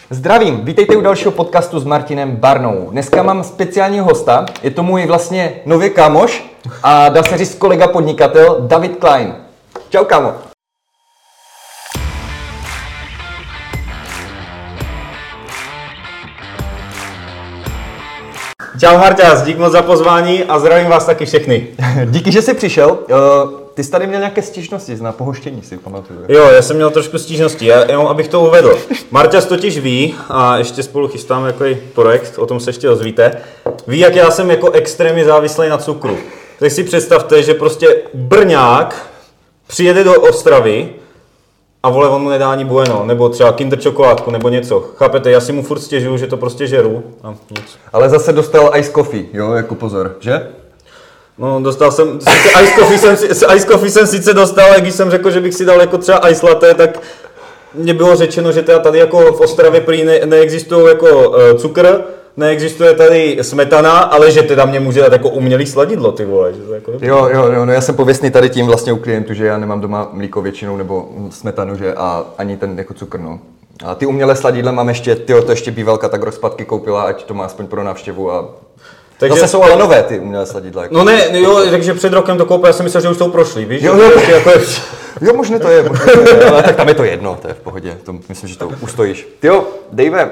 Zdravím, vítejte u dalšího podcastu s Martinem Barnou. Dneska mám speciálního hosta, je to můj vlastně nový kámoš a dá se říct kolega podnikatel David Klein. Čau kámo. Čau Marťas, dík moc za pozvání a zdravím vás taky všechny. Díky, že jsi přišel. Ty jsi tady měl nějaké stížnosti na pohoštění, si pamatuju. Jo, já jsem měl trošku stížností, jenom abych to uvedl. Marťas totiž ví, a ještě spolu chystáme takový projekt, o tom se ještě dozvíte, ví, jak já jsem jako extrémně závislý na cukru. Tak si představte, že prostě Brňák přijede do Ostravy a vole, on mu nedá ani bueno, nebo třeba Kinder čokoládku, nebo něco. Chápete, já si mu furt stěžuju, že to prostě žeru a nic. Ale zase dostal ice coffee, jo, jako pozor, že? No, dostal jsem, ice coffee jsem sice dostal, ale když jsem řekl, že bych si dal jako třeba ice latte, tak mně bylo řečeno, že teda tady jako v Ostravě prý neexistuje jako cukr, neexistuje tady smetana, ale že teda mě může dát jako umělý sladidlo, ty vole. Že to jako Jo, no já jsem pověstný tady tím vlastně u klientů, že já nemám doma mlíko většinou nebo smetanu, že a ani ten jako cukr, no. A ty umělé sladidla mám ještě, to ještě bývalka tak rozpadky koupila, ať to má aspoň pro návštěvu a... Takže zase jsou ale nové ty umělé sladidla. Jako. No ne, jo, takže před rokem to koupil, já jsem myslel, že už jsou prošlý, víš? Jo, možná to je, ale tak tam je to jedno, to je v pohodě, to, myslím, že to ustojíš. Tyjo, Dave,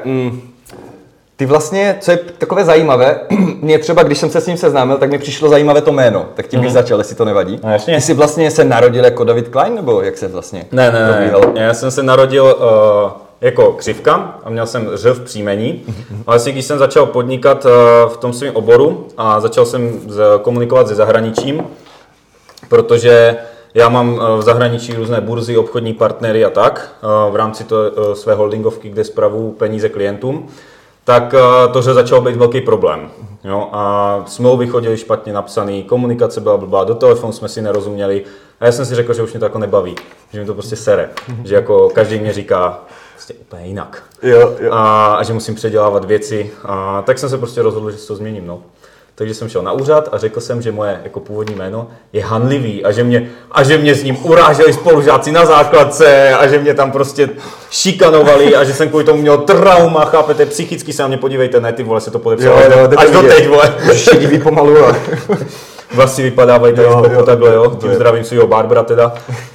ty vlastně, co je takové zajímavé, mě třeba, když jsem se s ním seznámil, tak mi přišlo zajímavé to jméno, tak tím bych začal, jestli to nevadí. No, jasně. Ty jsi vlastně se narodil jako David Klein, nebo jak se vlastně probíhal? Ne, já jsem se narodil jako křivka a měl jsem ř v příjmení. Ale vlastně, když jsem začal podnikat v tom svém oboru a začal jsem komunikovat se zahraničím, protože já mám v zahraničí různé burzy, obchodní partnery a tak, v rámci své holdingovky, kde spravuju peníze klientům, tak to začalo být velký problém. Jo? A smlouvy chodily špatně napsané, komunikace byla blbá, do telefonu jsme si nerozuměli a já jsem si řekl, že už mě to jako nebaví, že mi to prostě sere, že jako každý mě říká prostě úplně jinak jo. A že musím předělávat věci, a tak jsem se prostě rozhodl, že si to změním. No. Takže jsem šel na úřad a řekl jsem, že moje jako původní jméno je hanlivý a že mě s ním uráželi spolužáci na základce a že mě tam prostě šikanovali a že jsem kvůli tomu měl trauma, chápete, psychicky se na mě podívejte, ne ty vole, se to podepsalo až do teď, vole. Šedivý pomalu a... Vlasy vypadávají tady z boku takhle, jo, tím zdravím svýho barbara teda.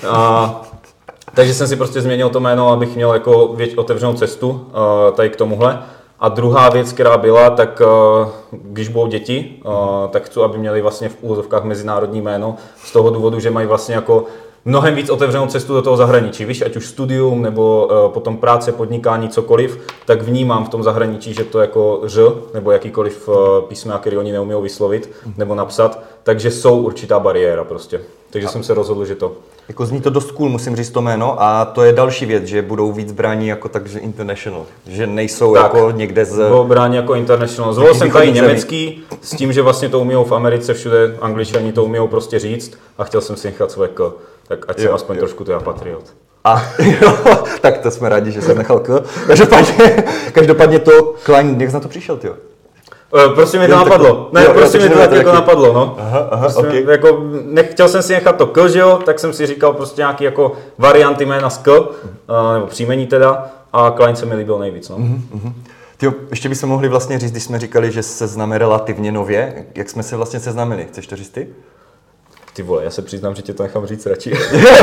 Takže jsem si prostě změnil to jméno, abych měl jako otevřenou cestu tady k tomuhle. A druhá věc, která byla, tak když budou děti, tak chci, aby měli vlastně v úvozovkách mezinárodní jméno z toho důvodu, že mají vlastně jako mnohem víc otevřenou cestu do toho zahraničí. Víš, ať už studium nebo potom práce, podnikání, cokoliv, tak vnímám v tom zahraničí, že to jako ř nebo jakýkoliv písmena, který oni neumí vyslovit nebo napsat, takže jsou určitá bariéra prostě. Takže jsem se rozhodl, že to. Jako zní to dost cool, musím říct to jméno, a to je další věc, že budou víc brání jako takže international, že nejsou tak, jako někde z... Budou brání jako international. Zvolil jsem tady německý s tím, že vlastně to umíjou v Americe, všude Angličani to umíjou prostě říct a chtěl jsem si nechat své k, tak ať jsem aspoň trošku to já patriot. A jo, tak to jsme rádi, že jsem nechal k. Každopádně to Klein, jak jsi na to přišel, tyjo? Prostě mi to napadlo. Ne, prostě mi to tak jako napadlo, no. Aha, prostě okay. Jako, chtěl jsem si nechat to k, že jo, tak jsem si říkal prostě nějaký jako varianty jména z k, nebo příjmení teda, a Klein se mi líbil nejvíc, no. Tyjo, ještě bychom mohli vlastně říct, když jsme říkali, že se známe relativně nově, jak jsme se vlastně seznámili, chceš to říct ty? Ty vole, já se přiznám, že tě to nechám říct radši.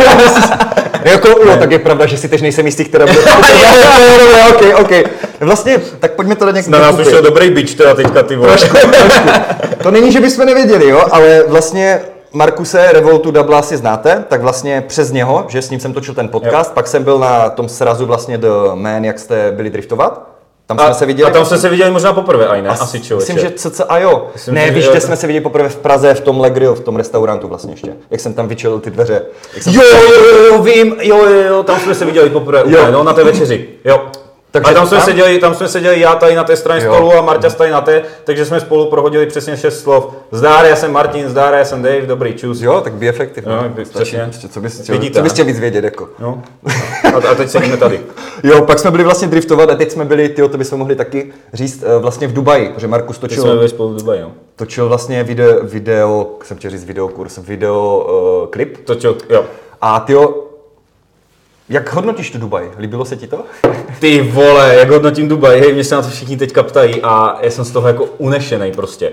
Tak je pravda, že si teď nejsem jistý, která bude... OK. Vlastně, tak pojďme to dát nějak... Na nás vyšel dobrý bič teda teďka, ty vole. Trošku. To není, že bychom nevěděli, jo, ale vlastně Markuse Revoltu Double asi znáte, tak vlastně přes něho, že s ním jsem točil ten podcast, pak jsem byl na tom srazu vlastně The Man, jak jste byli driftovat. Tam jsme se viděli. A tam jsme se viděli možná poprvé, aj ne? Asi člověče. Myslím, že cca jo. Ne, víš, že jsme se viděli poprvé v Praze v tom Le Grill, v tom restaurantu vlastně ještě. Jak jsem tam vyčelil ty dveře. Jo, vím, jo, tam jsme se viděli poprvé, no, na té večeři, jo. Takže tam jsme seděli já tady na té straně stolu a Marťas tady na té, takže jsme spolu prohodili přesně 6 slov. Zdár, já jsem Martin, zdár, já jsem Dave, dobrý, čus. Jo, tak be efektivní. No, přesně. Co bys chtěl víc vědět, jako. No. A teď sedíme tady. Jo, pak jsme byli vlastně driftovat a teď jsme byli, to bychom mohli taky říct, vlastně v Dubaji, protože Markus točil... Teď jsme byli spolu v Dubaji, no. Točil vlastně videoklip. Točil, jo. A tyjo, Jak hodnotíš tu Dubaj? Líbilo se ti to? Ty vole, jak hodnotím Dubaj, hej, mě se na to všichni teďka ptají a já jsem z toho jako unešenej prostě.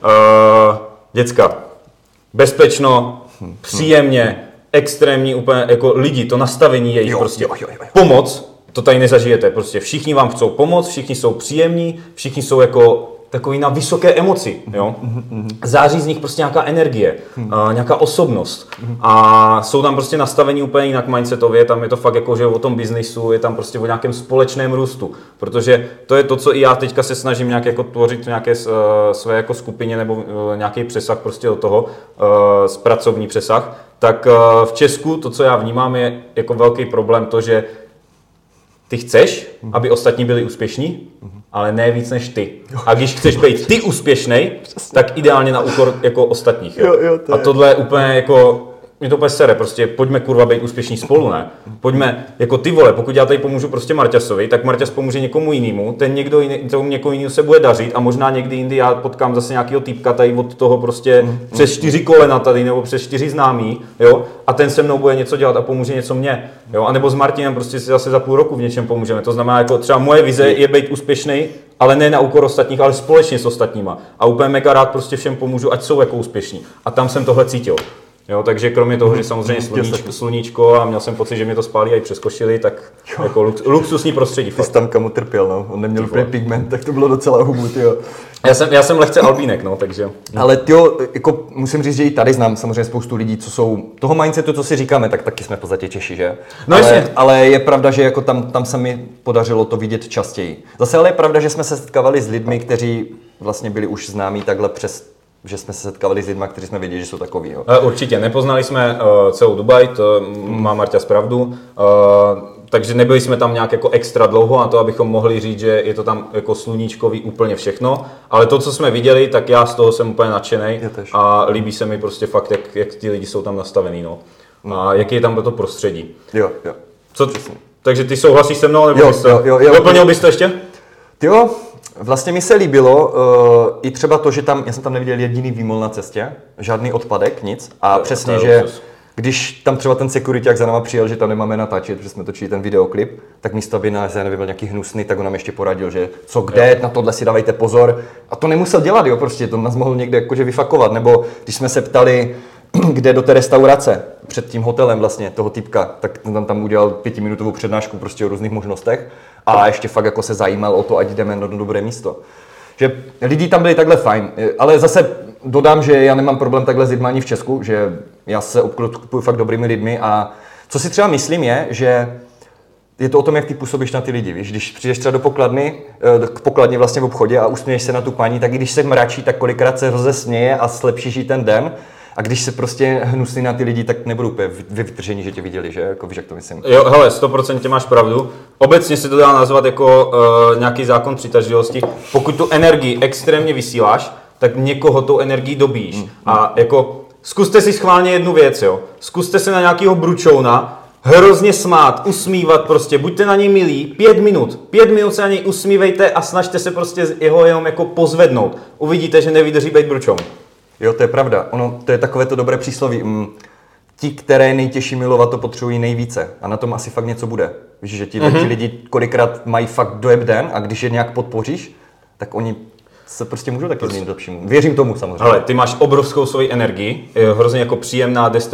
Děcka, bezpečno, příjemně, extrémní úplně, jako lidi, to nastavení jejich prostě. Pomoc, to tady nezažijete, prostě všichni vám chcou pomoct, všichni jsou příjemní, všichni jsou jako takový na vysoké emoci, jo. Září z nich prostě nějaká energie, nějaká osobnost a jsou tam prostě nastavení úplně jinak mindsetově, tam je to fakt jako, že o tom biznisu, je tam prostě o nějakém společném růstu, protože to je to, co i já teďka se snažím nějak jako tvořit nějaké své jako skupině nebo nějaký přesah prostě do toho, pracovní přesah, tak v Česku to, co já vnímám, je jako velký problém to, že ty chceš, aby ostatní byli úspěšní, ale ne víc než ty. A když chceš být ty úspěšnej, tak ideálně na úkor jako ostatních. Jo? A tohle je úplně jako, mě to úplně sere, prostě pojďme kurva být úspěšní spolu, ne? Pojďme, jako ty vole, pokud já tady pomůžu prostě Marťasovi, tak Marťas pomůže někomu jinému, ten někdo jiný, někomu jinému se bude dařit a možná někdy jindy já potkám zase nějakého týpka tady od toho prostě přes 4 kolena tady nebo přes 4 známí, jo? A ten se mnou bude něco dělat a pomůže něco mně, jo? A nebo s Martinem prostě si zase za půl roku v něčem pomůžeme. To znamená, jako třeba moje vize je být úspěšný, ale ne na úkor ostatních, ale společně s ostatníma. A úplně mega rád prostě všem pomůžu, ať jsou jako úspěšní. A tam jsem tohle cítil. Jo, takže kromě toho, že samozřejmě sluníčko a měl jsem pocit, že mě to spálí i přes košili, tak jako luxusní prostředí. Ty jsi tam kamu trpěl, no. On neměl úplně pigment, tak to bylo docela humut, jo. Já jsem lehce albínek, no, takže. Ale tyjo, jako musím říct, že i tady znám samozřejmě spoustu lidí, co jsou toho mindsetu, co si říkáme, tak taky jsme v podstatě Češi, že? No ale je pravda, že jako tam se mi podařilo to vidět častěji. Zase ale je pravda, že jsme se setkávali s lidmi, kteří vlastně byli už známí takhle přes, že jsme se setkávali s lidmi, kteří jsme věděli, že jsou takový. Jo. Určitě, nepoznali jsme celou Dubaj, to má Marťas pravdu, takže nebyli jsme tam nějak jako extra dlouho na to, abychom mohli říct, že je to tam jako sluníčkový úplně všechno, ale to, co jsme viděli, tak já z toho jsem úplně nadšenej a líbí se mi prostě fakt, jak ti lidi jsou tam nastavený, no. A jaký je tam to prostředí. Jo. Takže ty souhlasíš se mnou, nebo jo. Doplnil bys to ještě? Jo. Vlastně mi se líbilo i třeba to, že tam, já jsem tam neviděl jediný výmol na cestě, žádný odpadek, nic. A přesně, že když tam třeba ten securityák za náma přijel, že tam nemáme natáčet, protože jsme točili ten videoklip, tak místo, aby nás, já nevím, byl nějaký hnusný, tak on nám ještě poradil, že co kde, na tohle si dávejte pozor. A to nemusel dělat, jo, prostě to nás mohl někde jakože vyfakovat. Nebo když jsme se ptali, kde do té restaurace, před tím hotelem vlastně, toho týpka, tak tam udělal 5minutovou přednášku prostě o různých možnostech a ještě fakt jako se zajímal o to, ať jdeme na dobré místo. Že lidi tam byli takhle fajn, ale zase dodám, že já nemám problém takhle s lidmi ani v Česku, že já se obklopuji fakt dobrými lidmi a co si třeba myslím je, že je to o tom, jak ty působíš na ty lidi, víš? Když přijdeš třeba do pokladny, k pokladně vlastně v obchodě a usměješ se na tu paní, tak i když se mračí, tak kolikrát se rozesměje a zlepšíš jí ten den. A když se prostě hnusí na ty lidi, tak nebudou úplně vytržení, že tě viděli, že? Jako víš, jak to myslím. Jo, hele, 100% máš pravdu. Obecně se to dá nazvat jako nějaký zákon přitažlivosti. Pokud tu energii extrémně vysíláš, tak někoho tou energií dobíš. A jako zkuste si schválně jednu věc, jo. Zkuste se na nějakého bručouna hrozně smát, usmívat prostě, buďte na něj milí, 5 minut se na něj usmívejte a snažte se prostě jeho jenom jako pozvednout. Uvidíte, že nevydrží být bručoun. Jo, to je pravda. Ono, to je takové to dobré přísloví. Ti, které nejtěžší milovat, to potřebují nejvíce. A na tom asi fakt něco bude. Víš, že ti lidi kolikrát mají fakt dojeb den a když je nějak podpoříš, tak oni se prostě můžou taky změnit lepšímu. Věřím tomu samozřejmě. Ale ty máš obrovskou svoji energii, je hrozně jako příjemná, jde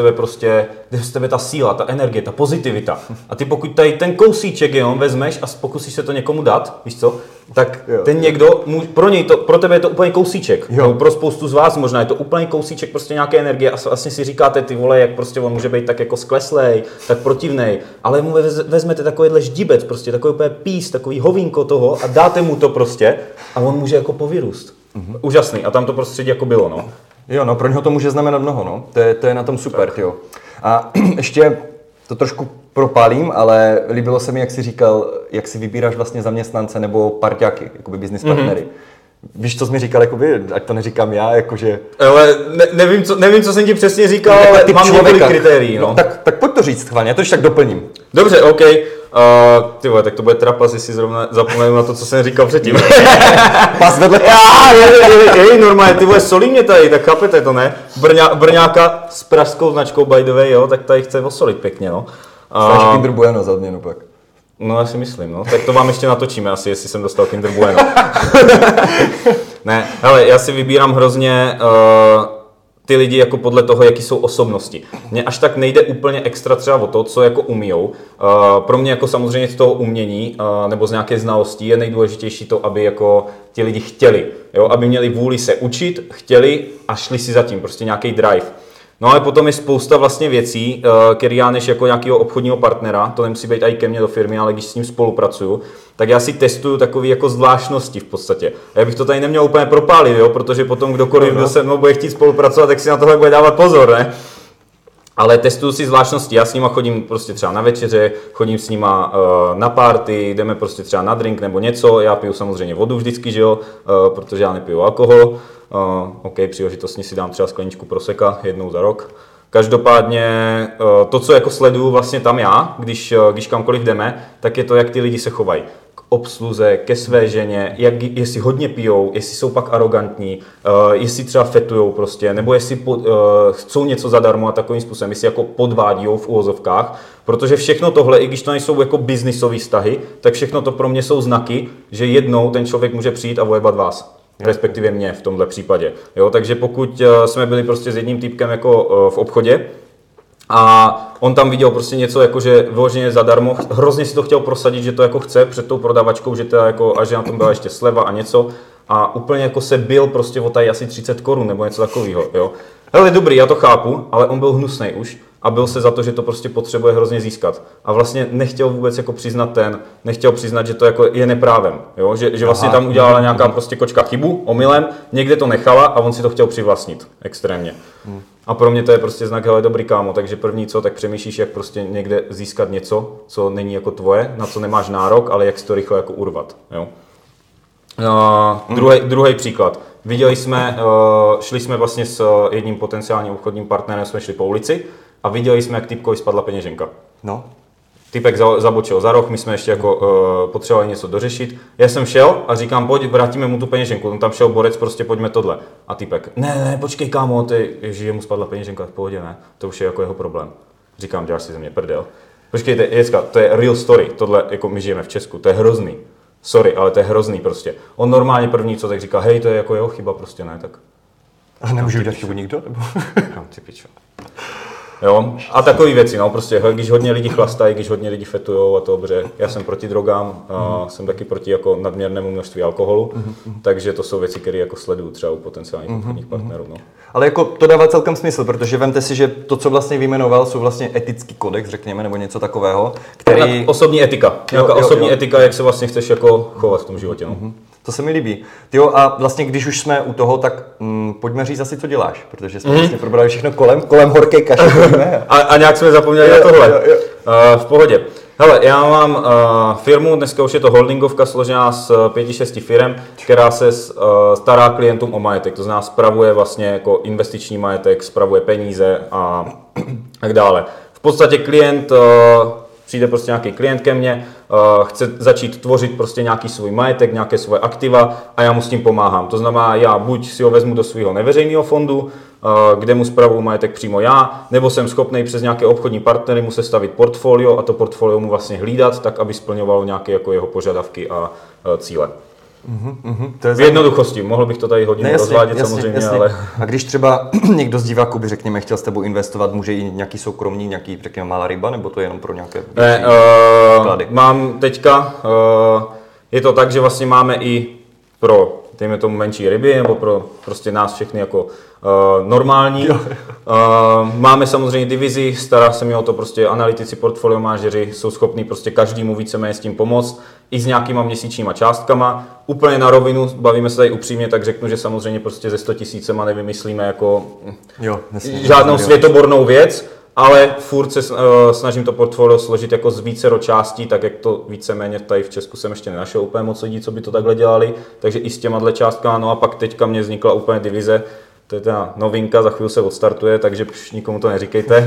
z tebe ta síla, ta energie, ta pozitivita. A ty pokud tady ten kousíček jenom vezmeš a pokusíš se to někomu dát, víš co, tak ten někdo, pro tebe je to úplně kousíček. Pro spoustu z vás možná je to úplně kousíček prostě nějaké energie a vlastně si říkáte, ty vole, jak prostě on může být tak jako skleslej, tak protivnej, ale mu vezmete takovýhle ždibec, prostě takový úplně pís, takový hovínko toho a dáte mu to prostě a on může jako povyrůst. Úžasný a tam to prostředí jako bylo, no. Jo, no pro něho to může znamenat mnoho, no. To je na tom super, jo. A ještě to trošku propálím, ale líbilo se mi, jak jsi říkal, jak si vybíráš vlastně zaměstnance nebo parťáky, jakoby business partnery. Víš, co jsi mi říkal, jakoby, ať to neříkám já, jakože... Ale nevím, co jsem ti přesně říkal, ale mám několik kritérií, no. Tak pojď to říct schválně, já to ještě tak doplním. Dobře, OK. Ty vole, tak to bude trapas, jestli zrovna zapomenu na to, co jsem říkal předtím. Pas vedle. Jej, normálně, ty vole, solí mě tady, tak chápete to, ne? Brňáka s pražskou značkou, by the way, jo, tak tady chce osolit pěkně, no. Stáš Kinder Bueno za odměnu pak. No, já si myslím, no. Tak to vám ještě natočíme asi, jestli jsem dostal Kinder Bueno. Ne, hele, já si vybírám hrozně ty lidi jako podle toho, jaký jsou osobnosti. Mně až tak nejde úplně extra třeba o to, co jako umíjou. Pro mě jako samozřejmě z toho umění nebo z nějaké znalostí je nejdůležitější to, aby jako ti lidi chtěli. Jo? Aby měli vůli se učit, chtěli a šli si za tím, prostě nějaký drive. No ale potom je spousta vlastně věcí, které já než jako nějakého obchodního partnera, to nemusí být i ke mně do firmy, ale když s ním spolupracuju, tak já si testuju takové jako zvláštnosti v podstatě. A já bych to tady neměl úplně propálit, jo, protože potom kdokoliv, kdo se mnou bude chtít spolupracovat, tak si na tohle bude dávat pozor, ne? Ale testuju si zvláštnosti, já s nima chodím prostě třeba na večeře, chodím s nima na party, jdeme prostě třeba na drink nebo něco, já piju samozřejmě vodu vždycky, že jo, protože já nepiju alkohol. OK, příležitostně si dám třeba skleničku proseka jednou za rok. Každopádně to, co jako sleduju vlastně tam já, když kamkoliv jdeme, tak je to, jak ty lidi se chovají k obsluze, ke své ženě, jestli hodně pijou, jestli jsou pak arrogantní, jestli třeba fetujou prostě, nebo jestli chcou něco zadarmo a takovým způsobem, jestli jako podvádíjou v uvozovkách, protože všechno tohle, i když to nejsou jako biznisové vztahy, tak všechno to pro mě jsou znaky, že jednou ten člověk může přijít a vojebat vás. Respektive mě v tomhle případě. Jo, takže pokud jsme byli prostě s jedním týpkem jako v obchodě a on tam viděl prostě něco jako, že vyloženě zadarmo, hrozně si to chtěl prosadit, že to jako chce před tou prodavačkou, že to jako, a že na tom byla ještě sleva a něco a úplně jako se bil prostě o tady asi 30 korun nebo něco takového. Jo. Hele, dobrý, já to chápu, ale on byl hnusnej už a byl se za to, že to prostě potřebuje hrozně získat. A vlastně nechtěl vůbec jako nechtěl přiznat, že to jako je neprávem, jo? Že vlastně tam udělala nějaká prostě kočka chybu, omylem, někde to nechala a on si to chtěl přivlastnit extrémně. A pro mě to je prostě znak, hele, dobrý kámo, takže první co, tak přemýšlíš, jak prostě někde získat něco, co není jako tvoje, na co nemáš nárok, ale jak si to rychle jako urvat, jo? Druhý příklad. Viděli jsme, šli jsme vlastně s jedním potenciálním obchodním partnerem, jsme šli po ulici a viděli jsme, jak typkovi spadla peněženka. No. Typek zabočil za roh, my jsme ještě jako potřebovali něco dořešit. Já jsem šel a říkám, pojď, vrátíme mu tu peněženku. On tam šel borec, prostě pojďme tohle. A typek, ne, počkej kámo, že mu spadla peněženka, v pohodě, ne, to už je jako jeho problém. Říkám, děláš si ze mě prdel. Počkejte, Jecka, to je real story, tohle jako my žijeme v Česku, to je hrozný. Sorry, ale to je hrozný prostě. On normálně první co tak říká, hej, to je jako jeho chyba, prostě ne, tak. A nemůže udělat chybu nikdo? Nebo? No, ty pičo. Jo, a takové věci, no, prostě, když hodně lidí chlastají, když hodně lidí fetujou a to dobře, já jsem proti drogám, jsem taky proti jako nadměrnému množství alkoholu, takže to jsou věci, které jako sleduju třeba u potenciálních obchodních partnerů, no. Ale jako to dává celkem smysl, protože vemte si, že to, co vlastně vyjmenoval, jsou vlastně etický kodex, řekněme, nebo něco takového, který... Osobní etika, nějaká osobní etika, jak se vlastně chceš jako chovat v tom životě, no. To se mi líbí. Tyjo, a vlastně když už jsme u toho, tak pojďme říct asi, co děláš, protože jsme vlastně probrali všechno kolem horké kaše. A nějak jsme zapomněli na tohle. V pohodě. Hele, já mám firmu, dneska už je to holdingovka složená z 5-6 firem, která se stará klientům o majetek, to znamená spravuje vlastně jako investiční majetek, spravuje peníze a tak dále. V podstatě klient, přijde prostě nějaký klient ke mně, chce začít tvořit prostě nějaký svůj majetek, nějaké svoje aktiva a já mu s tím pomáhám. To znamená, já buď si ho vezmu do svého neveřejného fondu, kde mu spravuju majetek přímo já, nebo jsem schopný přes nějaké obchodní partnery mu sestavit portfolio a to portfolio mu vlastně hlídat, tak aby splňovalo nějaké jako jeho požadavky a cíle. To je v jednoduchosti, mohl bych to tady hodně rozvádět samozřejmě, ale... A když třeba někdo z diváků by, řekněme, chtěl s tebou investovat, může i nějaký soukromník, nějaký, řekněme, malá ryba, nebo to je jenom pro nějaké vklady? Mám teďka, je to tak, že vlastně máme i pro, dejme tomu, menší ryby, nebo pro prostě nás všechny jako normální. Máme samozřejmě divizi, stará se mi o to prostě analytici, portfolio manažeři, jsou schopní prostě každému víceméně s tím pomoct, i s nějakýma měsíčníma částkama. Úplně na rovinu, bavíme se tady upřímně, tak řeknu, že samozřejmě prostě ze 100 000 nevymyslíme jako žádnou světobornou věc, ale furt se snažím to portfolio složit jako z vícero částí, tak jak to víceméně tady v Česku jsem ještě nenašel úplně moc lidí, co by to takhle dělali, takže i s těma částkama, no a pak teďka mě vznikla úplně divize, to je ta novinka, za chvíli se odstartuje, takže nikomu to neříkejte.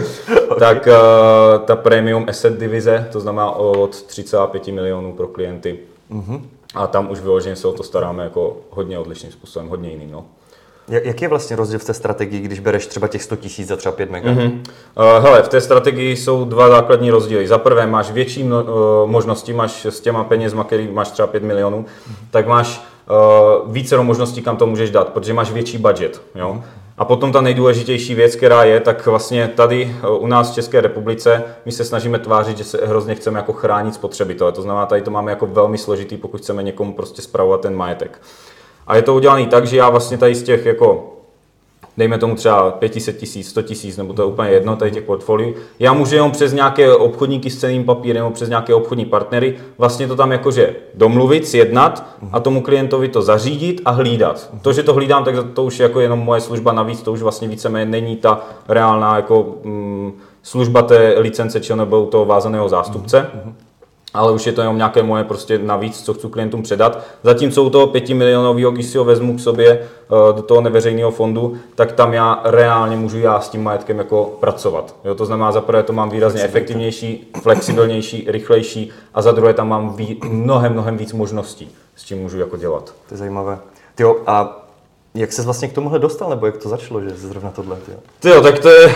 Tak ta premium asset divize, to znamená od 35 milionů pro klienty. A tam už vyloženě se o to staráme jako hodně odlišným způsobem, hodně jiným. No. Jaký je vlastně rozdíl v té strategii, když bereš třeba těch 100 000 za třeba 5 mega? Hele, v té strategii jsou dva základní rozdíly. Za prvé máš větší možnosti, máš s těma penězma, který máš třeba 5 milionů, tak máš vícero možností, kam to můžeš dát, protože máš větší budget. Jo? A potom ta nejdůležitější věc, která je, tak vlastně tady u nás v České republice my se snažíme tvářit, že se hrozně chceme jako chránit spotřebitele. To znamená, tady to máme jako velmi složitý, pokud chceme někomu prostě spravovat ten majetek. A je to udělané tak, že já vlastně tady z těch jako, dejme tomu třeba 500 000, 100 000, nebo to je úplně jedno, tady těch portfolií, já můžu jenom přes nějaké obchodníky s cenným papírem nebo přes nějaké obchodní partnery vlastně to tam jakože domluvit, sjednat a tomu klientovi to zařídit a hlídat. To, že to hlídám, tak to už je jako jenom moje služba navíc, to už vlastně víceméně není ta reálná jako služba té licence či nebo toho vázaného zástupce. Ale už je to jenom nějaké moje prostě navíc, co chci klientům předat. Zatímco u toho 5 milionového, když si ho vezmu k sobě do toho neveřejného fondu, tak tam já reálně můžu s tím majetkem jako pracovat. Jo, to znamená, za prvé to mám výrazně efektivnější, flexibilnější, rychlejší a za druhé tam mám mnohem víc možností, s čím můžu jako dělat. To je zajímavé. Tyjo, a jak ses vlastně k tomuhle dostal, nebo jak to začalo, že zrovna tohle? Tyjo, tak to je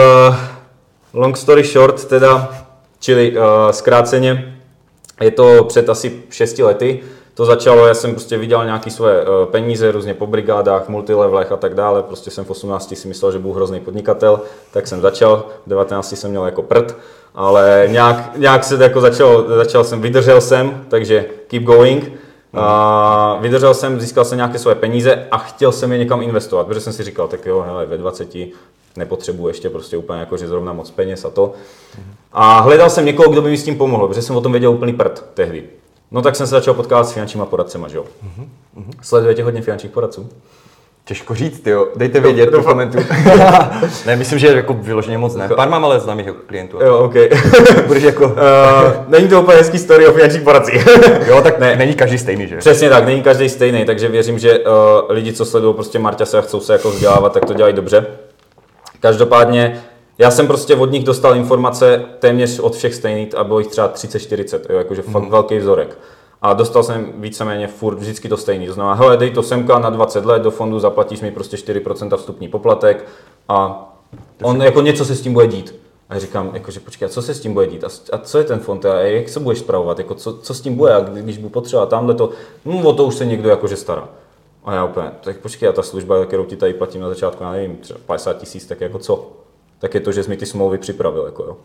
long story short, teda, čili zkráceně, je to před asi 6 lety, to začalo, já jsem prostě viděl nějaké svoje peníze různě po brigádách, multilevelech a tak dále, prostě jsem v 18 si myslel, že budu hrozný podnikatel, tak jsem začal, v 19 jsem měl jako prd, ale nějak se jako vydržel jsem, takže keep going. Vydržel jsem, získal jsem nějaké svoje peníze a chtěl jsem je někam investovat, protože jsem si říkal, tak jo, hele, ve 20 nepotřebuji ještě prostě úplně jako, že zrovna moc peněz a to. A hledal jsem někoho, kdo by mi s tím pomohl, protože jsem o tom věděl úplný prd tehdy. No tak jsem se začal potkávat s finančníma poradcema, že jo. Sledujete hodně finančních poradců? Těžko říct, jo. Dejte vědět do komentů. Ne, myslím, že jako vyloženě moc ne. Pár mám ale známých klientů. Jo, OK. Budeš jako... Není to úplně hezký story o finančních poradcích. Jo, tak ne, není každý stejný, že? Přesně tak, není každý stejný, takže věřím, že lidi, co sledují prostě Marťase a chcou se jako vzdělávat, tak to dělají dobře. Každopádně já jsem prostě od nich dostal informace téměř od všech stejných a bylo jich třeba 30-40, jakože fakt velký vzorek. A dostal jsem víceméně furt vždycky to stejný. To znamená, hele, dej to semka na 20 let do fondu, zaplatíš mi prostě 4% vstupní poplatek a on jako něco se s tím bude dít. A já říkám, jakože počkej, a co se s tím bude dít? A co je ten fond? A jak se budeš spravovat? Jako co s tím bude? A když budu potřebovat tamhle to, o to už se někdo jakože stará. A já úplně, tak počkej, a ta služba, kterou ti tady platím na začátku, já nevím, třeba 50 000, tak jako co? Tak je to, že jsi mi ty smlouvy připravil, jako jo.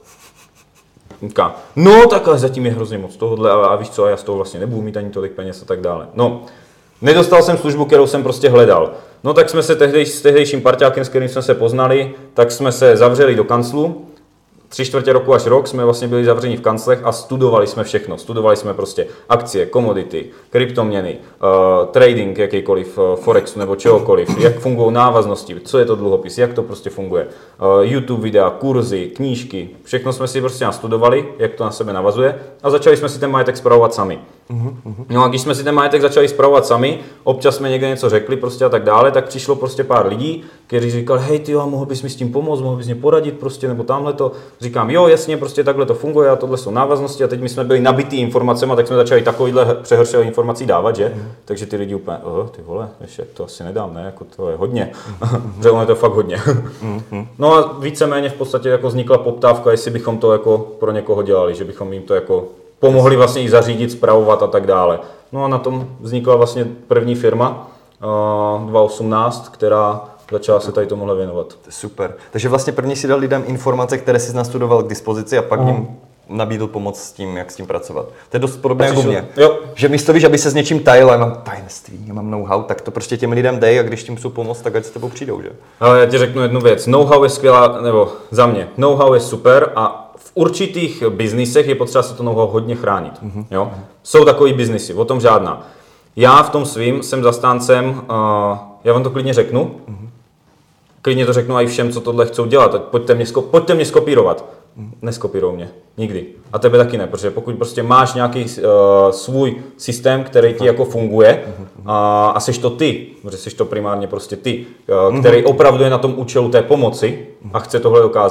No tak ale zatím je hrozně moc tohohle a víš co, a já z toho vlastně nebudu mít ani tolik peněz a tak dále. No, nedostal jsem službu, kterou jsem prostě hledal. No tak jsme se s tehdejším parťákem, s kterým jsme se poznali, tak jsme se zavřeli do kanclu. 3/4 roku až rok jsme vlastně byli zavřeni v kanclech a studovali jsme všechno. Studovali jsme prostě akcie, komodity, kryptoměny, trading jakýkoliv, forexu nebo čehokoliv, jak fungují návaznosti, co je to dluhopis, jak to prostě funguje, YouTube videa, kurzy, knížky, všechno jsme si prostě nastudovali, jak to na sebe navazuje a začali jsme si ten majetek spravovat sami. No a když jsme si ten majetek začali spravovat sami, občas jsme někde něco řekli prostě a tak dále, tak přišlo prostě pár lidí, kteří říkali, hej ty jo, mohl bys mi s tím pomoct, mohl bys mě poradit prostě, nebo tamhle to. Říkám, jo, jasně, prostě takhle to funguje a tohle jsou návaznosti a teď my jsme byli nabitý informacemi, tak jsme začali takovýhle přehršel informací dávat, že? Takže ty lidi úplně, ty vole, ještě to asi nedám, ne, jako to je hodně. Že ono je to fakt hodně. No a víceméně v podstatě jako vznikla poptávka, jestli bychom to jako pro někoho dělali, že bychom jim to jako pomohli vlastně i zařídit, spravovat a tak dále. No a na tom vznikla vlastně první firma 2018, která začala se tady tomuhle věnovat. Super. Takže vlastně první si dal lidem informace, které jsi nastudoval k dispozici a pak jim nabídl pomoc s tím, jak s tím pracovat. To je dost podobné jako mě. Jo. Že místo víš, aby se s něčím tajil, já mám tajemství, já mám know-how, tak to prostě těm lidem dej a když tím chcou pomoct, tak ať s tebou přijdou, že? Ale já ti řeknu jednu věc. Know-how je skvělá, nebo za mě, know-how je super a v určitých biznisech je potřeba se to know-how hodně chránit. Jo? Jsou takový biznisy, o tom žádná. Já v tom svým jsem zastáncem, já vám to klidně řeknu, klidně to řeknu i všem, co tohle chcou dělat, pojďte mě skopírovat. Neskopírou mě, nikdy. A tebe taky ne, protože pokud prostě máš nějaký svůj systém, který ti jako funguje a seš to ty, protože seš to primárně prostě ty, který opravdu je na tom účelu té pomoci a chce tohle dokázat,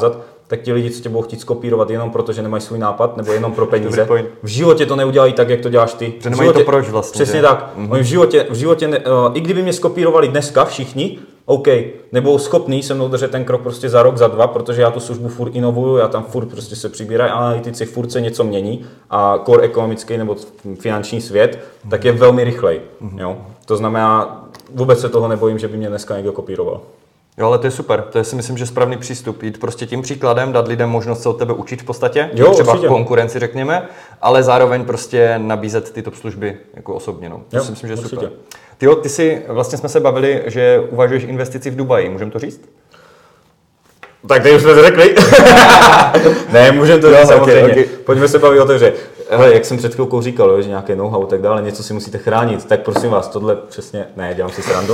tak ti lidi, co tě budou chtít skopírovat jenom proto, že nemají svůj nápad, nebo jenom pro peníze, v životě to neudělají tak, jak to děláš ty. Že nemají to proč vlastně. Přesně tak. Oni v životě i kdyby mě skopírovali dneska všichni, OK, nebudou schopný se mnou držet ten krok prostě za rok, za dva, protože já tu službu furt inovuju, já tam furt prostě se přibírají analytici, furt se něco mění a core ekonomický nebo finanční svět, tak je velmi rychlej. Jo? To znamená, vůbec se toho nebojím, že by mě dneska někdo kopíroval. Jo, ale to je super. To je si myslím, že správný přístup. Jít prostě tím příkladem, dát lidem možnost se od tebe učit v podstatě, jo, třeba určitě. v konkurenci řekněme, ale zároveň prostě nabízet ty top služby jako osobně. No. To jo, si myslím, že je určitě. super. Ty si, vlastně jsme se bavili, že uvažuješ investici v Dubaji. Můžeme to říct? Tak teď už jsme to řekli. Ne, můžeme to říct samozřejmě. Okay. Pojďme se bavit otevře. Hele, jak jsem před chvilkou říkal, že nějaké know-how a tak dále, něco si musíte chránit, tak prosím vás, tohle přesně, ne, dělám si srandu.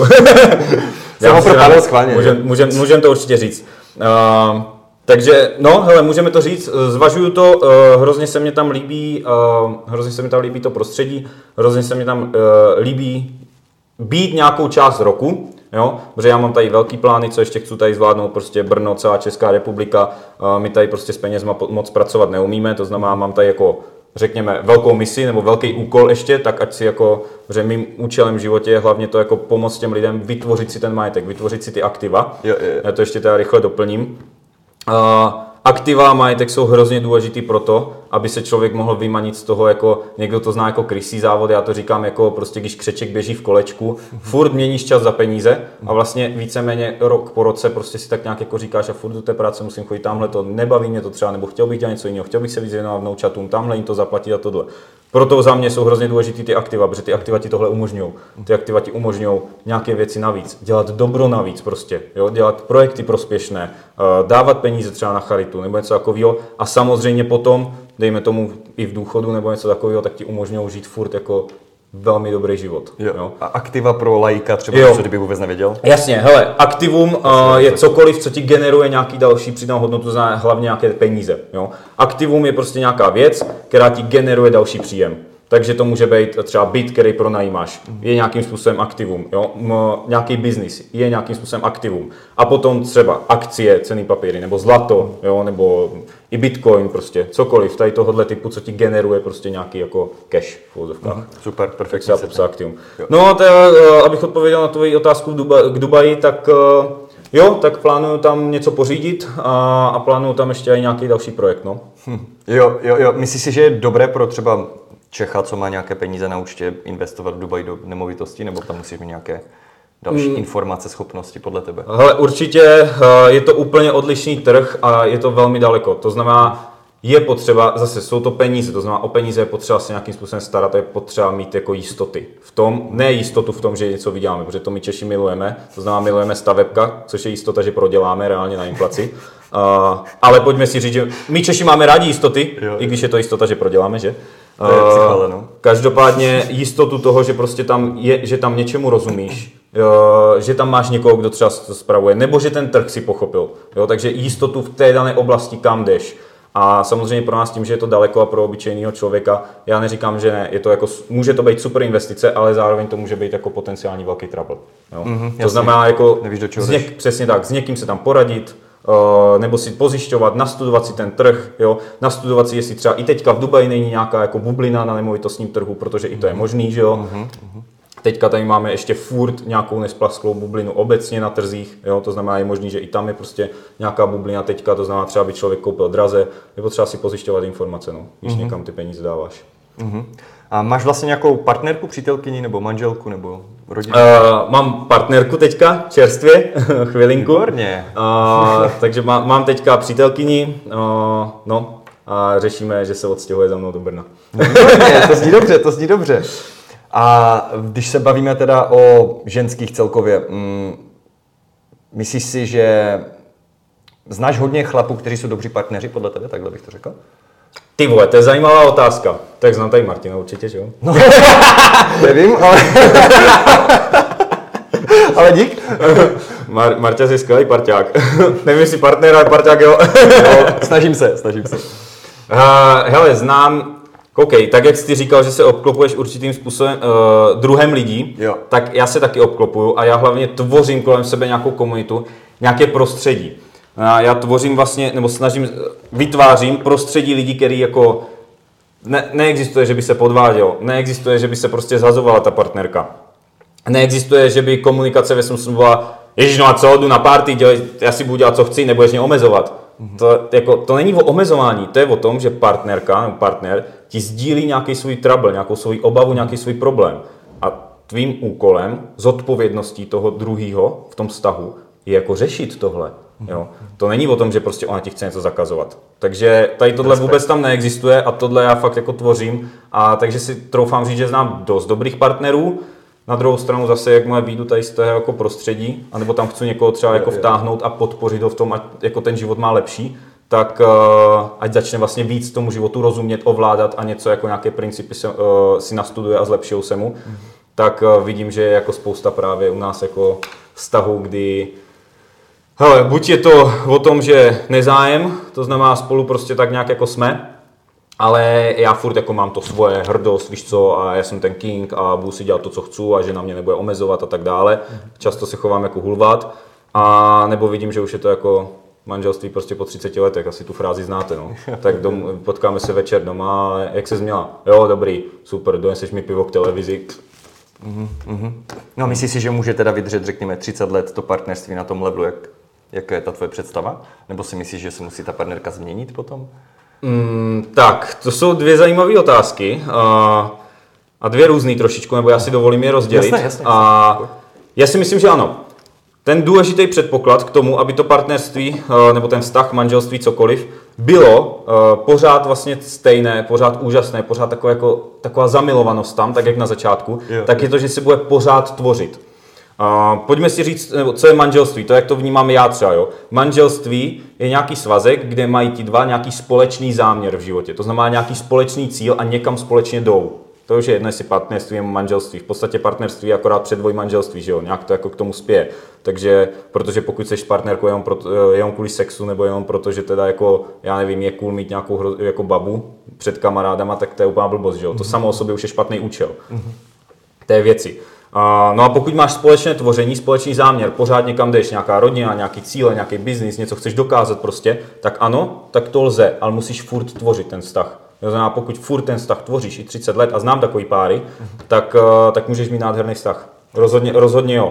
Můžeme to určitě říct. Takže, no, hele, můžeme to říct, zvažuju to, hrozně se mi tam líbí to prostředí, hrozně se mi tam líbí být nějakou část roku, jo, protože já mám tady velký plány, co ještě chci tady zvládnout, prostě Brno, celá Česká republika, my tady prostě s penězma moc pracovat neumíme, to znamená, mám tady jako, řekněme, velkou misi nebo velký úkol ještě, tak ať si jako, že mým účelem v životě je hlavně to jako pomoct těm lidem vytvořit si ten majetek, vytvořit si ty aktiva. Jo. Já to ještě teda rychle doplním. Aktiva a majetek jsou hrozně důležitý proto, aby se člověk mohl vymanit z toho, jako někdo to zná jako krysí závod, já to říkám jako prostě, když křeček běží v kolečku, furt měníš čas za peníze a vlastně víceméně rok po roce prostě si tak nějak jako říkáš a furt do té práce musím chodit tamhle, to nebaví mě to třeba, nebo chtěl bych dělat něco jiného, chtěl bych se víc věnovat vnoučatům, tamhle jim to zaplatit a tohle. Proto za mě jsou hrozně důležitý ty aktiva, protože ty aktiva ti tohle umožňují. Ty aktiva ti umožňují nějaké věci navíc, dělat dobro navíc prostě, jo? Dělat projekty prospěšné, dávat peníze třeba na charitu nebo něco takového a samozřejmě potom, dejme tomu i v důchodu nebo něco takového, tak ti umožňují žít furt jako velmi dobrý život. Jo. A aktiva pro laika třeba, co kdyby vůbec nevěděl? Jasně, hele, aktivum je cokoliv, co ti generuje nějaký další přidanou hodnotu, hlavně nějaké peníze. Jo. Aktivum je prostě nějaká věc, která ti generuje další příjem. Takže to může být třeba byt, který pronajímáš, je nějakým způsobem aktivum, jo? Nějaký biznis je nějakým způsobem aktivum. A potom třeba akcie, cenný papíry, nebo zlato, jo? Nebo i bitcoin, prostě cokoliv tady tohohle typu, co ti generuje prostě nějaký jako cash v úzovkách. Super, perfektně. Aktivum. No a abych odpověděl na tvoji otázku k Dubaji, tak jo, tak plánuju tam něco pořídit a plánuju tam ještě i nějaký další projekt, no. Jo. Myslíš si, že je dobré pro třeba Čecha, co má nějaké peníze na účtě, investovat v Dubaji do nemovitostí, nebo tam musíš mít nějaké další informace, schopnosti podle tebe? Hele, určitě je to úplně odlišný trh a je to velmi daleko. To znamená, je potřeba, zase jsou to peníze, to znamená o peníze je potřeba se nějakým způsobem starat, je potřeba mít jako jistoty. V tom, ne jistotu v tom, že něco vyděláme, protože to my Češi milujeme, to znamená milujeme stavebka, což je jistota, že proděláme reálně na inflaci. Ale pojďme si říct, že my Češi máme rádi jistoty, i když je to jistota, že proděláme, že? Každopádně jistotu toho, že prostě tam je, že tam něčemu rozumíš, že tam máš někoho, kdo třeba to spravuje, nebo že ten trh si pochopil. Jo? Takže jistotu v té dané oblasti, kam jdeš. A samozřejmě pro nás tím, že je to daleko a pro obyčejného člověka, já neříkám, že ne, je to jako, může to být super investice, ale zároveň to může být jako potenciální velký trouble. Jo? To znamená jako, nevíš, do čeho přesně tak, s někým se tam poradit, nebo si pozjišťovat, nastudovat si ten trh, jo? Nastudovat si, jestli třeba i teďka v Dubaji není nějaká jako bublina na nemovitostním trhu, protože i to je možný, že jo. Teďka tady máme ještě furt nějakou nesplasklou bublinu obecně na trzích, jo? To znamená, je možný, že i tam je prostě nějaká bublina teďka, to znamená třeba, aby člověk koupil draze, nebo třeba si pozjišťovat informace, no? Když někam ty peníze dáváš. A máš vlastně nějakou partnerku, přítelkyni, nebo manželku, nebo rodinu? Mám partnerku teďka, čerstvě, chvilinku. Výborně. Takže mám teďka přítelkyni, no, a řešíme, že se odstěhuje za mnou do Brna. Výborně, to zní dobře. A když se bavíme teda o ženských celkově, myslíš si, že znáš hodně chlapů, kteří jsou dobří partneři podle tebe, takhle bych to řekl? Ty vole, to je zajímavá otázka. Tak znám tady Martina určitě, že jo? No, nevím, ale... ale dík. Marťa je skvělý parťák. Nevím, jestli partner, ale parťák, jo. No, snažím se. Hele, znám... OK, tak jak jsi říkal, že se obklopuješ určitým způsobem druhem lidí, tak já se taky obklopuju a já hlavně tvořím kolem sebe nějakou komunitu, nějaké prostředí. A já tvořím vlastně, nebo vytvářím prostředí lidí, který jako neexistuje, že by se podvádělo, neexistuje, že by se prostě zhazovala ta partnerka. Neexistuje, že by komunikace ve smyslu byla, ježiš, no a co, jdu na party, já si budu dělat, co chci, nebudeš mě omezovat. To není o omezování, to je o tom, že partnerka nebo partner ti sdílí nějaký svůj trouble, nějakou svou obavu, nějaký svůj problém. A tvým úkolem, zodpovědností toho druhého v tom vztahu je jako řešit tohle. Jo. To není o tom, že prostě ona ti chce něco zakazovat. Takže tady tohle vůbec tam neexistuje a tohle já fakt jako tvořím. A takže si troufám říct, že znám dost dobrých partnerů. Na druhou stranu zase, jakmile vyjdu tady z toho jako prostředí, anebo tam chci někoho třeba jako vtáhnout a podpořit ho v tom, ať jako ten život má lepší, tak ať začne vlastně víc tomu životu rozumět, ovládat a něco jako nějaké principy si nastuduje a zlepšují se mu, tak vidím, že je jako spousta právě u nás jako vztahů, kdy hele, buď je to o tom, že nezájem, to znamená spolu prostě tak nějak jako jsme, ale já furt jako mám to svoje hrdost, víš co, a já jsem ten king a budu si dělat to, co chci a že na mě nebude omezovat a tak dále. Často se chovám jako hulvat a nebo vidím, že už je to jako manželství prostě po 30 letech, asi tu frázi znáte, no. Tak potkáme se večer doma, ale jak se změla? Jo, dobrý, super, doneseš mi pivo k televizi. No myslíš si, že může teda vydržet, řekněme, 30 let to partnerství na tom levelu, jaká je ta tvoje představa? Nebo si myslíš, že se musí ta partnerka změnit potom? Tak, to jsou dvě zajímavé otázky a dvě různý trošičku, nebo já si dovolím je rozdělit. Jasně. Já si myslím, že ano. Ten důležitý předpoklad k tomu, aby to partnerství, nebo ten vztah, manželství, cokoliv, bylo pořád vlastně stejné, pořád úžasné, pořád taková zamilovanost tam, tak jak na začátku, tak je to, že se bude pořád tvořit. Pojďme si říct, co je manželství, to jak to vnímám já třeba. Jo? Manželství je nějaký svazek, kde mají ti dva nějaký společný záměr v životě, to znamená nějaký společný cíl a někam společně jdou. To už je jedno, jestli partnerství nebo manželství. V podstatě partnerství je akorát předvoj manželství, že jo? Nějak to jako k tomu spěje. Takže, protože pokud jsi partnerkou jenom kvůli sexu nebo jenom proto, že teda jako, já nevím, je cool mít nějakou jako babu před kamarádama, tak to je úplná blbost, že jo? To samo o sobě už je špatný účel. Té věci. No a pokud máš společné tvoření, společný záměr, pořád někam jdeš, nějaká rodina, nějaký cíle, nějaký biznis, něco chceš dokázat prostě, tak ano, tak to lze, ale musíš furt tvořit ten vztah. To znamená, pokud furt ten vztah tvoříš i 30 let a znám takový páry, tak můžeš mít nádherný vztah. Rozhodně jo.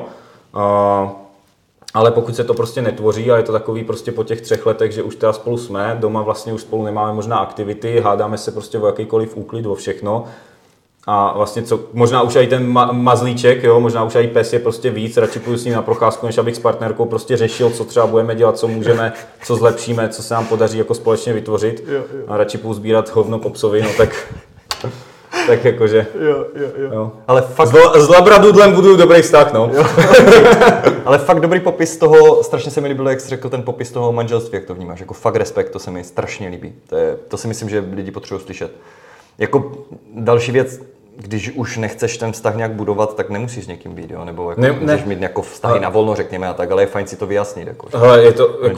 Ale pokud se to prostě netvoří a je to takový prostě po těch 3 letech, že už teda spolu jsme, doma vlastně už spolu nemáme možná aktivity, hádáme se prostě o jakýkoliv úklid, o všechno, a vlastně možná už i ten mazlíček, jo, možná už i pes je prostě víc, radši půjdu s ním na procházku, než abych s partnerkou prostě řešil, co třeba budeme dělat, co můžeme, co zlepšíme, co se nám podaří jako společně vytvořit. Jo. A radši půjdu sbírat hovno po psovi, no tak jakože. Jo. Ale fakt s labradudlem budu dobrý vztah, no. Ale fakt dobrý popis toho, strašně se mi líbilo, jak jsi řekl ten popis toho manželství, jak to vnímáš, jako fakt respekt, to se mi strašně líbí. To si myslím, že lidi potřebují slyšet. Jako další věc, když už nechceš ten vztah nějak budovat, tak nemusíš s někým být, jo? Nebo jako můžeš mít jako vztahy na volno, řekněme, a tak, ale je fajn si to vyjasnit. Jako, hele, je to jako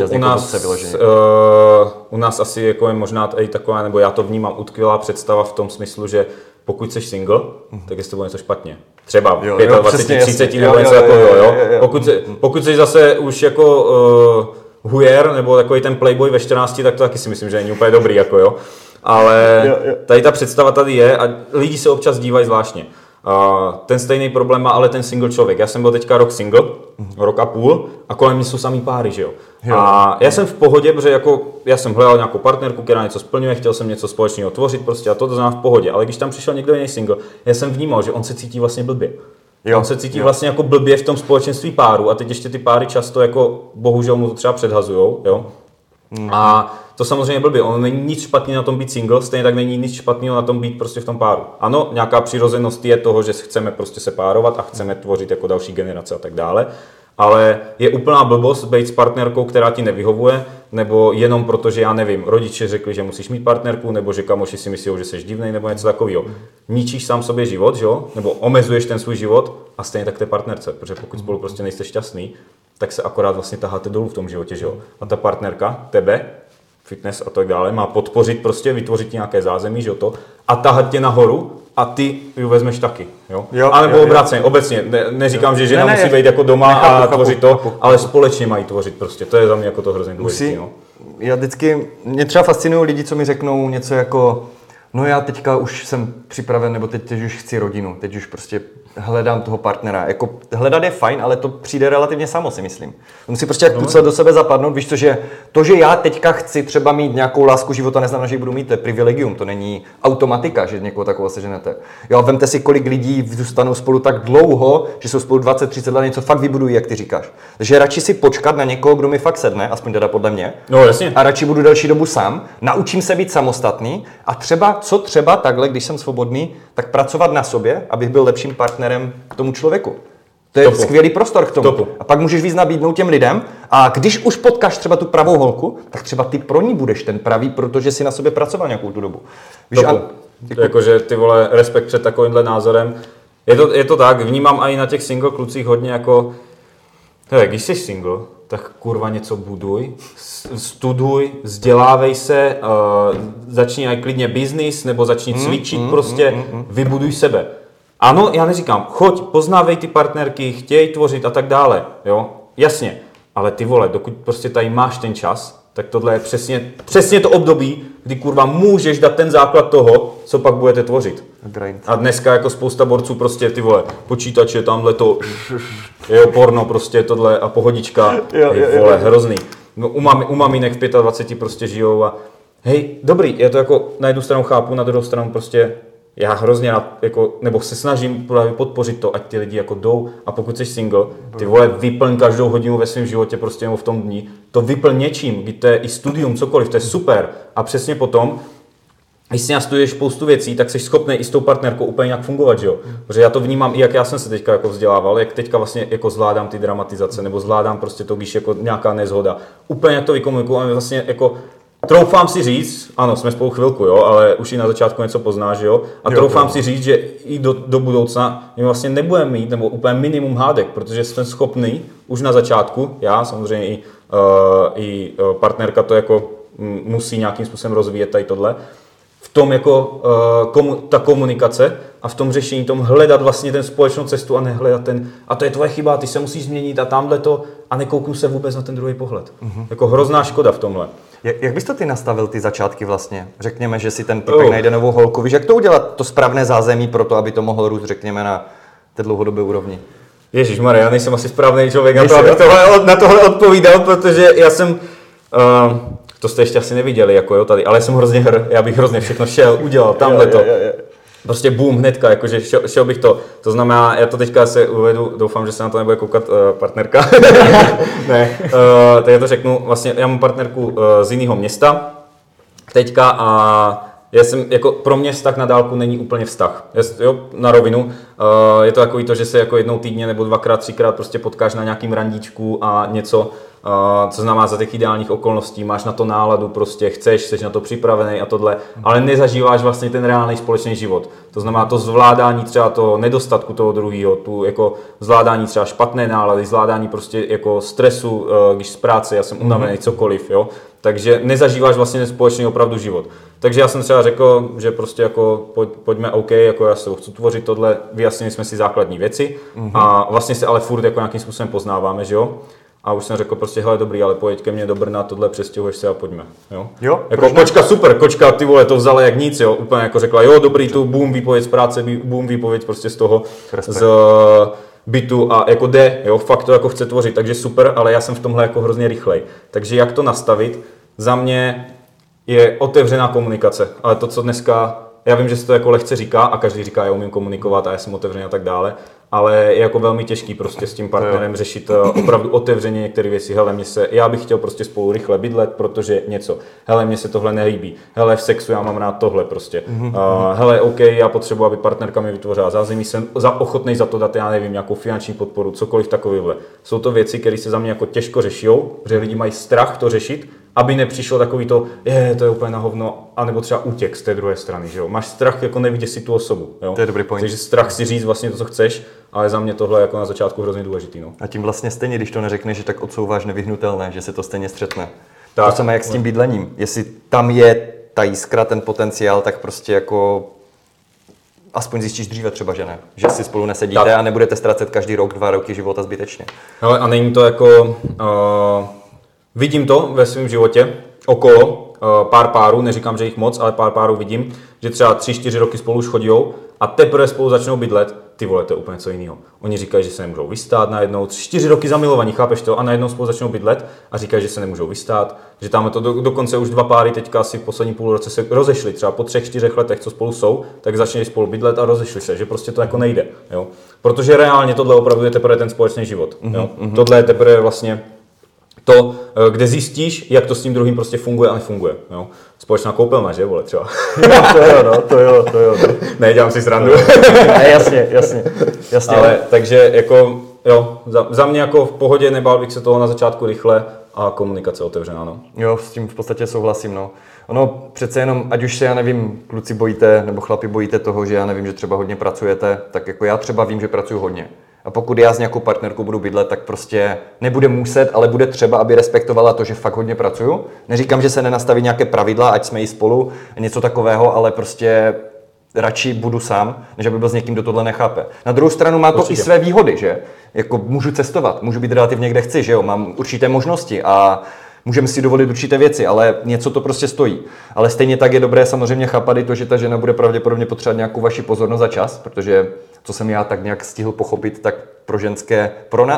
u nás asi jako je možná i taková, nebo já to vnímám, utkvělá představa v tom smyslu, že pokud jsi single, tak je s tebou něco špatně. Třeba 25, 30 nebo něco takového, jo? Pokud jsi zase už jako hujer, nebo takový ten playboy ve 14, tak to taky si myslím, že není úplně dobrý, jako jo. Ale tady ta představa tady je a lidi se občas dívají zvláštně. Ten stejný problém má ale ten single člověk. Já jsem byl teďka rok single, rok a půl a kolem mě jsou samý páry, že jo. A já jsem v pohodě, protože jako já jsem hledal nějakou partnerku, která něco splňuje, chtěl jsem něco společného tvořit prostě a to znamená v pohodě. Ale když tam přišel někdo jiný single, já jsem vnímal, že on se cítí vlastně blbě. On se cítí vlastně jako blbě v tom společenství páru a teď ještě ty páry často jako bohužel mu to třeba předhazujou, jo. A to samozřejmě blbě, ono není nic špatného na tom být single, stejně tak není nic špatného na tom být prostě v tom páru. Ano, nějaká přirozenost je toho, že chceme prostě se párovat a chceme tvořit jako další generace a tak dále, ale je úplná blbost být s partnerkou, která ti nevyhovuje, nebo jenom proto, že já nevím, rodiče řekli, že musíš mít partnerku, nebo že kamoši si myslí, že jsi divnej, nebo něco takového. Ničíš sám sobě život, že jo? Nebo omezuješ ten svůj život a stejně tak té partnerce, protože pokud spolu prostě nejste šťastný, tak se akorát vlastně taháte dolů v tom životě, že jo? A ta partnerka, tebe, fitness a tak dále, má podpořit prostě, vytvořit nějaké zázemí, že jo to, a tahat tě nahoru, a ty ji vezmeš taky, jo? A nebo obráceně, obecně, neříkám, že žena musí být jako doma a tvořit to, ale společně mají tvořit prostě, to je za mě jako to hrozně důležité, no. Já vždycky, mě třeba fascinují lidi, co mi řeknou něco jako, no já teďka už jsem připraven, nebo teď už chci rodinu, teď už prostě hledám toho partnera. Jako hledat je fajn, ale to přijde relativně samo, si myslím. Musí prostě jak pucat do sebe zapadnout, víš to, že já teďka chci třeba mít nějakou lásku života, neznamená, že ji budu mít, to je privilegium, to není automatika, že někoho takového seženete. Jo, vemte si, kolik lidí zůstanou spolu tak dlouho, že jsou spolu 20-30 let, něco fakt vybudují, jak ty říkáš. Takže radši si počkat na někoho, kdo mi fakt sedne, aspoň teda podle mě. No, jasně. A radši budu delší dobu sám, naučím se být samostatný a třeba takhle, když jsem svobodný, tak pracovat na sobě, abych byl lepším partnerem k tomu člověku. To je skvělý prostor k tomu. A pak můžeš víc nabídnout těm lidem a když už potkáš třeba tu pravou holku, tak třeba ty pro ní budeš ten pravý, protože si na sobě pracoval nějakou tu dobu. Víš, jakože ty vole, respekt před takovýmhle názorem. Je to tak, vnímám i na těch single klucích hodně jako, když jsi single, tak kurva něco buduj, studuj, vzdělávej se, začni aj klidně biznis, nebo začni cvičit prostě, vybuduj sebe. Ano, já neříkám, choď, poznávej ty partnerky, chtěj tvořit a tak dále, jo, jasně, ale ty vole, dokud prostě tady máš ten čas, tak tohle je přesně to období, kdy kurva můžeš dát ten základ toho, co pak budete tvořit. A dneska jako spousta borců prostě ty vole, počítače, tamhle to, porno prostě tohle a pohodička, vole, hrozný. No, u maminek v 25 prostě žijou a hej, dobrý, já to jako na jednu stranu chápu, na druhou stranu prostě já hrozně jako, nebo se snažím právě podpořit to, ať ty lidi jako jdou a pokud jsi single, ty vole, vyplň každou hodinu ve svém životě prostě nebo v tom dní, to vyplň něčím, kdy to je i studium, cokoliv, to je super a přesně potom, když si nastuduješ spoustu věcí, tak jsi schopný i s tou partnerkou úplně nějak fungovat, že jo? Protože já to vnímám i jak já jsem se teďka jako vzdělával, jak teďka vlastně jako zvládám ty dramatizace, nebo zvládám prostě to, když jako nějaká nezhoda. Úplně jak to vykomunikuju, ale vlastně jako troufám si říct, ano, jsme spolu chvilku, jo, ale už i na začátku něco poznáš, jo, a troufám si říct, že i do budoucna my vlastně nebudeme mít, nebo úplně minimum hádek, protože jsme schopný už na začátku, já samozřejmě i partnerka to jako musí nějakým způsobem rozvíjet tady tohle, v tom jako ta komunikace a v tom řešení, tom hledat vlastně ten společnou cestu a nehledat ten, a to je tvoje chyba, ty se musíš změnit a tamhle to a nekouknu se vůbec na ten druhý pohled. Jako hrozná škoda v tomhle. Jak bys to ty nastavil, ty začátky vlastně? Řekněme, že si ten typek najde novou holku. Víš, jak to udělat, to správné zázemí pro to, aby to mohlo růst, řekněme, na té dlouhodobé úrovni? Ježišmarja, já nejsem asi správný člověk na to, abych na tohle odpovídal, protože já jsem... to jste ještě asi neviděli, jako jo, tady, ale jsem hrozně já bych hrozně všechno šel, udělal, tamhle to. Prostě boom, hnedka, jakože šel bych to. To znamená, já to teďka se uvedu, doufám, že se na to nebude koukat partnerka. Ne, tak já to řeknu, vlastně já mám partnerku z jiného města teďka a já jsem, jako pro mě vztah na dálku není úplně vztah, jo, na rovinu. Je to takový to, že se jako jednou týdně nebo dvakrát, třikrát prostě potkáš na nějakým randíčku a něco, co znamená za těch ideálních okolností, máš na to náladu, prostě chceš, jsi na to připravený a tohle, ale nezažíváš vlastně ten reálný společný život. To znamená to zvládání třeba toho nedostatku toho druhého, tu jako zvládání třeba špatné nálady, zvládání prostě jako stresu, když z práce, já jsem unavený, cokoliv, jo. Takže nezažíváš vlastně ten společný opravdu život. Takže já jsem třeba řekl, že prostě jako pojďme OK, jako já se chci tvořit tohle, vyjasnili jsme si základní věci a vlastně se ale furt jako nějakým způsobem poznáváme, že jo. A už jsem řekl prostě, hele dobrý, ale pojď ke mně do Brna, tohle přestěhuješ se a pojďme, jo. Jako kočka super, kočka ty vole to vzala jak nic, jo, úplně jako řekla, jo dobrý, tu boom výpověď z práce, boom výpověď prostě z toho, z bytu a jako jde, jo, fakt to jako chce tvořit, takže super, ale já jsem v tomhle jako hrozně rychlej. Takže jak to nastavit, za mě je otevřená komunikace, ale to, co dneska, já vím, že se to jako lehce říká a každý říká, já umím komunikovat a já jsem otevřený a tak dále, ale je jako velmi těžký prostě s tím partnerem řešit opravdu otevřeně některé věci. Hele, já bych chtěl prostě spolu rychle bydlet, protože něco. Hele, mně se tohle nelíbí. Hele, v sexu já mám rád tohle prostě. Hele, OK, já potřebuji, aby partnerka mi vytvořila zázemí, jsem ochotnej za to dát, já nevím, nějakou finanční podporu, cokoliv takovýhle. Jsou to věci, které se za mě jako těžko řešijou, protože lidi mají strach to řešit, aby nepřišlo takový to je úplně na hovno, anebo třeba útěk z té druhé strany, že jo. Máš strach jako nevidět si tu osobu, jo. To je dobrý point. Takže strach si říct vlastně to, co chceš, ale za mě tohle je jako na začátku hrozně důležitý, no. A tím vlastně stejně, když to neřekneš, že tak odsouváš nevyhnutelné, že se to stejně střetne. Tak. To samé jak s tím bydlením. Jestli tam je ta jiskra, ten potenciál, tak prostě jako aspoň zjistíš dříve třeba, že ne. Že si spolu nesedíte a nebudete ztracet každý rok, 2 roky života zbytečně. Ale a není to jako, vidím to ve svém životě okolo, pár párů, neříkám, že jich moc, ale pár párů vidím, že třeba 3-4 roky spolu už chodijou a teprve spolu začnou bydlet, ty vole, to je úplně co jiného. Oni říkají, že se nemůžou vystát najednou, 4 roky zamilovaní, chápeš to? A najednou spolu začnou bydlet a říkají, že se nemůžou vystát, že tam to dokonce už 2 páry teďka asi v poslední půl roce se rozešli, třeba po 3-4 letech, co spolu jsou, tak začali spolu bydlet a rozešli se, že prostě to jako nejde, jo? Protože reálně tohle opravdu je teprve ten společný život, jo? Tohle je teprve vlastně to, kde zjistíš, jak to s tím druhým prostě funguje a nefunguje. Jo? Společná koupelna, že vole, třeba. To jo. Ne, dělám si srandu. Ne, jasně. Ale takže jako, jo, za mě jako v pohodě, nebál bych se toho na začátku rychle a komunikace otevřená, no. Jo, s tím v podstatě souhlasím, no. Ono přece jenom, ať už se, já nevím, kluci bojíte, nebo chlapi bojíte toho, že já nevím, že třeba hodně pracujete, tak jako já třeba vím, že pracuju hodně. A pokud já s nějakou partnerkou budu bydlet, tak prostě nebude muset, ale bude třeba, aby respektovala to, že fakt hodně pracuju. Neříkám, že se nenastaví nějaké pravidla, ať jsme i spolu, něco takového, ale prostě radši budu sám, než aby byl s někým, kdo tohle nechápe. Na druhou stranu má to i své výhody, že? Jako můžu cestovat, můžu být relativně kde chci, že jo? Mám určité možnosti a můžeme si dovolit určité věci, ale něco to prostě stojí. Ale stejně tak je dobré samozřejmě chápat i to, že ta žena bude pravděpodobně potřebovat nějakou vaši pozornost za čas, protože co jsem já tak nějak stihl pochopit, tak pro ženské,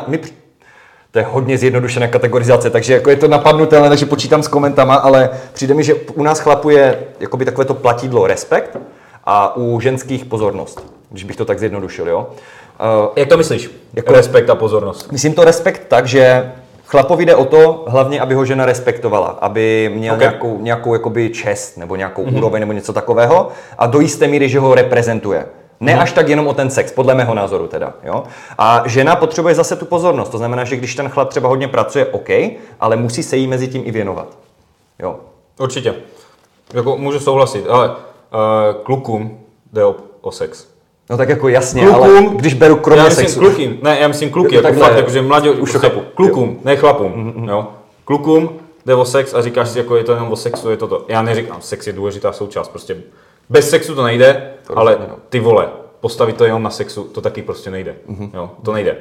to je hodně zjednodušená kategorizace, takže jako je to napadnutelné, takže počítám s komentama, ale přijde mi, že u nás chlapů je jakoby takové to platidlo respekt a u ženských pozornost, když bych to tak zjednodušil, jo. Jak to myslíš? Jako respekt a pozornost? Myslím to respekt tak, že chlapovi jde o to, hlavně, aby ho žena respektovala, aby měl nějakou jakoby čest nebo nějakou úroveň nebo něco takového a do jisté míry, že ho reprezentuje. Ne až tak jenom o ten sex, podle mého názoru teda. Jo? A žena potřebuje zase tu pozornost, to znamená, že když ten chlap třeba hodně pracuje, OK, ale musí se jí mezi tím i věnovat. Jo. Určitě. Jako můžu souhlasit, ale klukům jde o sex. No tak jako jasně, klukům, ale když beru kromě sexu. Já myslím kluky, jako fakt, jakože mladí, už chápu. Klukům, ne chlapům. Jo. Klukům jde o sex a říkáš si, jako je to jenom o sexu, je to. Já neříkám, sex je důležitá součást, prostě bez sexu to nejde, ale ty vole, postavit to jenom na sexu, to taky prostě nejde. Jo, to nejde.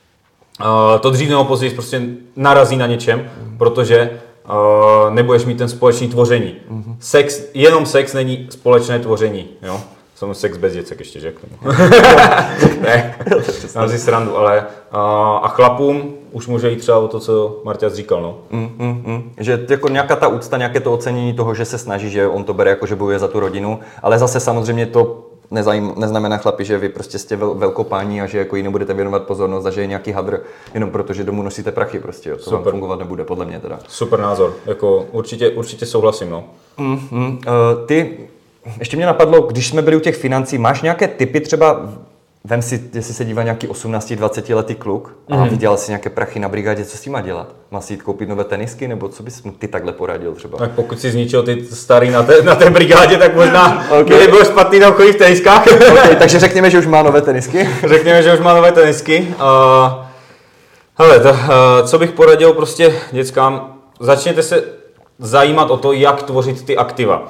To dřív nebo později prostě narazí na něčem, protože nebudeš mít ten společný tvoření. Jenom sex není společné tvoření, jo. Jsem sex bez děcek ještě řeknu. Ne, mám si srandu, ale a chlapům už může jít třeba o to, co Marťas říkal, no. Že jako nějaká ta úcta, nějaké to ocenění toho, že se snaží, že on to bere jako, že bojuje za tu rodinu, ale zase samozřejmě to neznamená chlapi, že vy prostě jste velkopání a že jako jí nebudete věnovat pozornost a že je nějaký hadr, jenom proto, že domů nosíte prachy prostě, jo. To vám fungovat nebude, podle mě teda. Super názor, jako určitě souhlasím, no. Ještě mě napadlo, když jsme byli u těch financí, máš nějaké tipy třeba, vem si, jestli se dívá nějaký 18-20 letý kluk a vydělal si nějaké prachy na brigádě, co s tím má dělat? Má si jít koupit nové tenisky, nebo co bys mu ty takhle poradil třeba? Tak pokud si zničil ty starý na té brigádě, tak možná bylo špatný tam chodit v teniskách. Takže řekněme, že už má nové tenisky. Hele, co bych poradil prostě dětskám, začněte se zajímat o to, jak tvořit ty aktiva.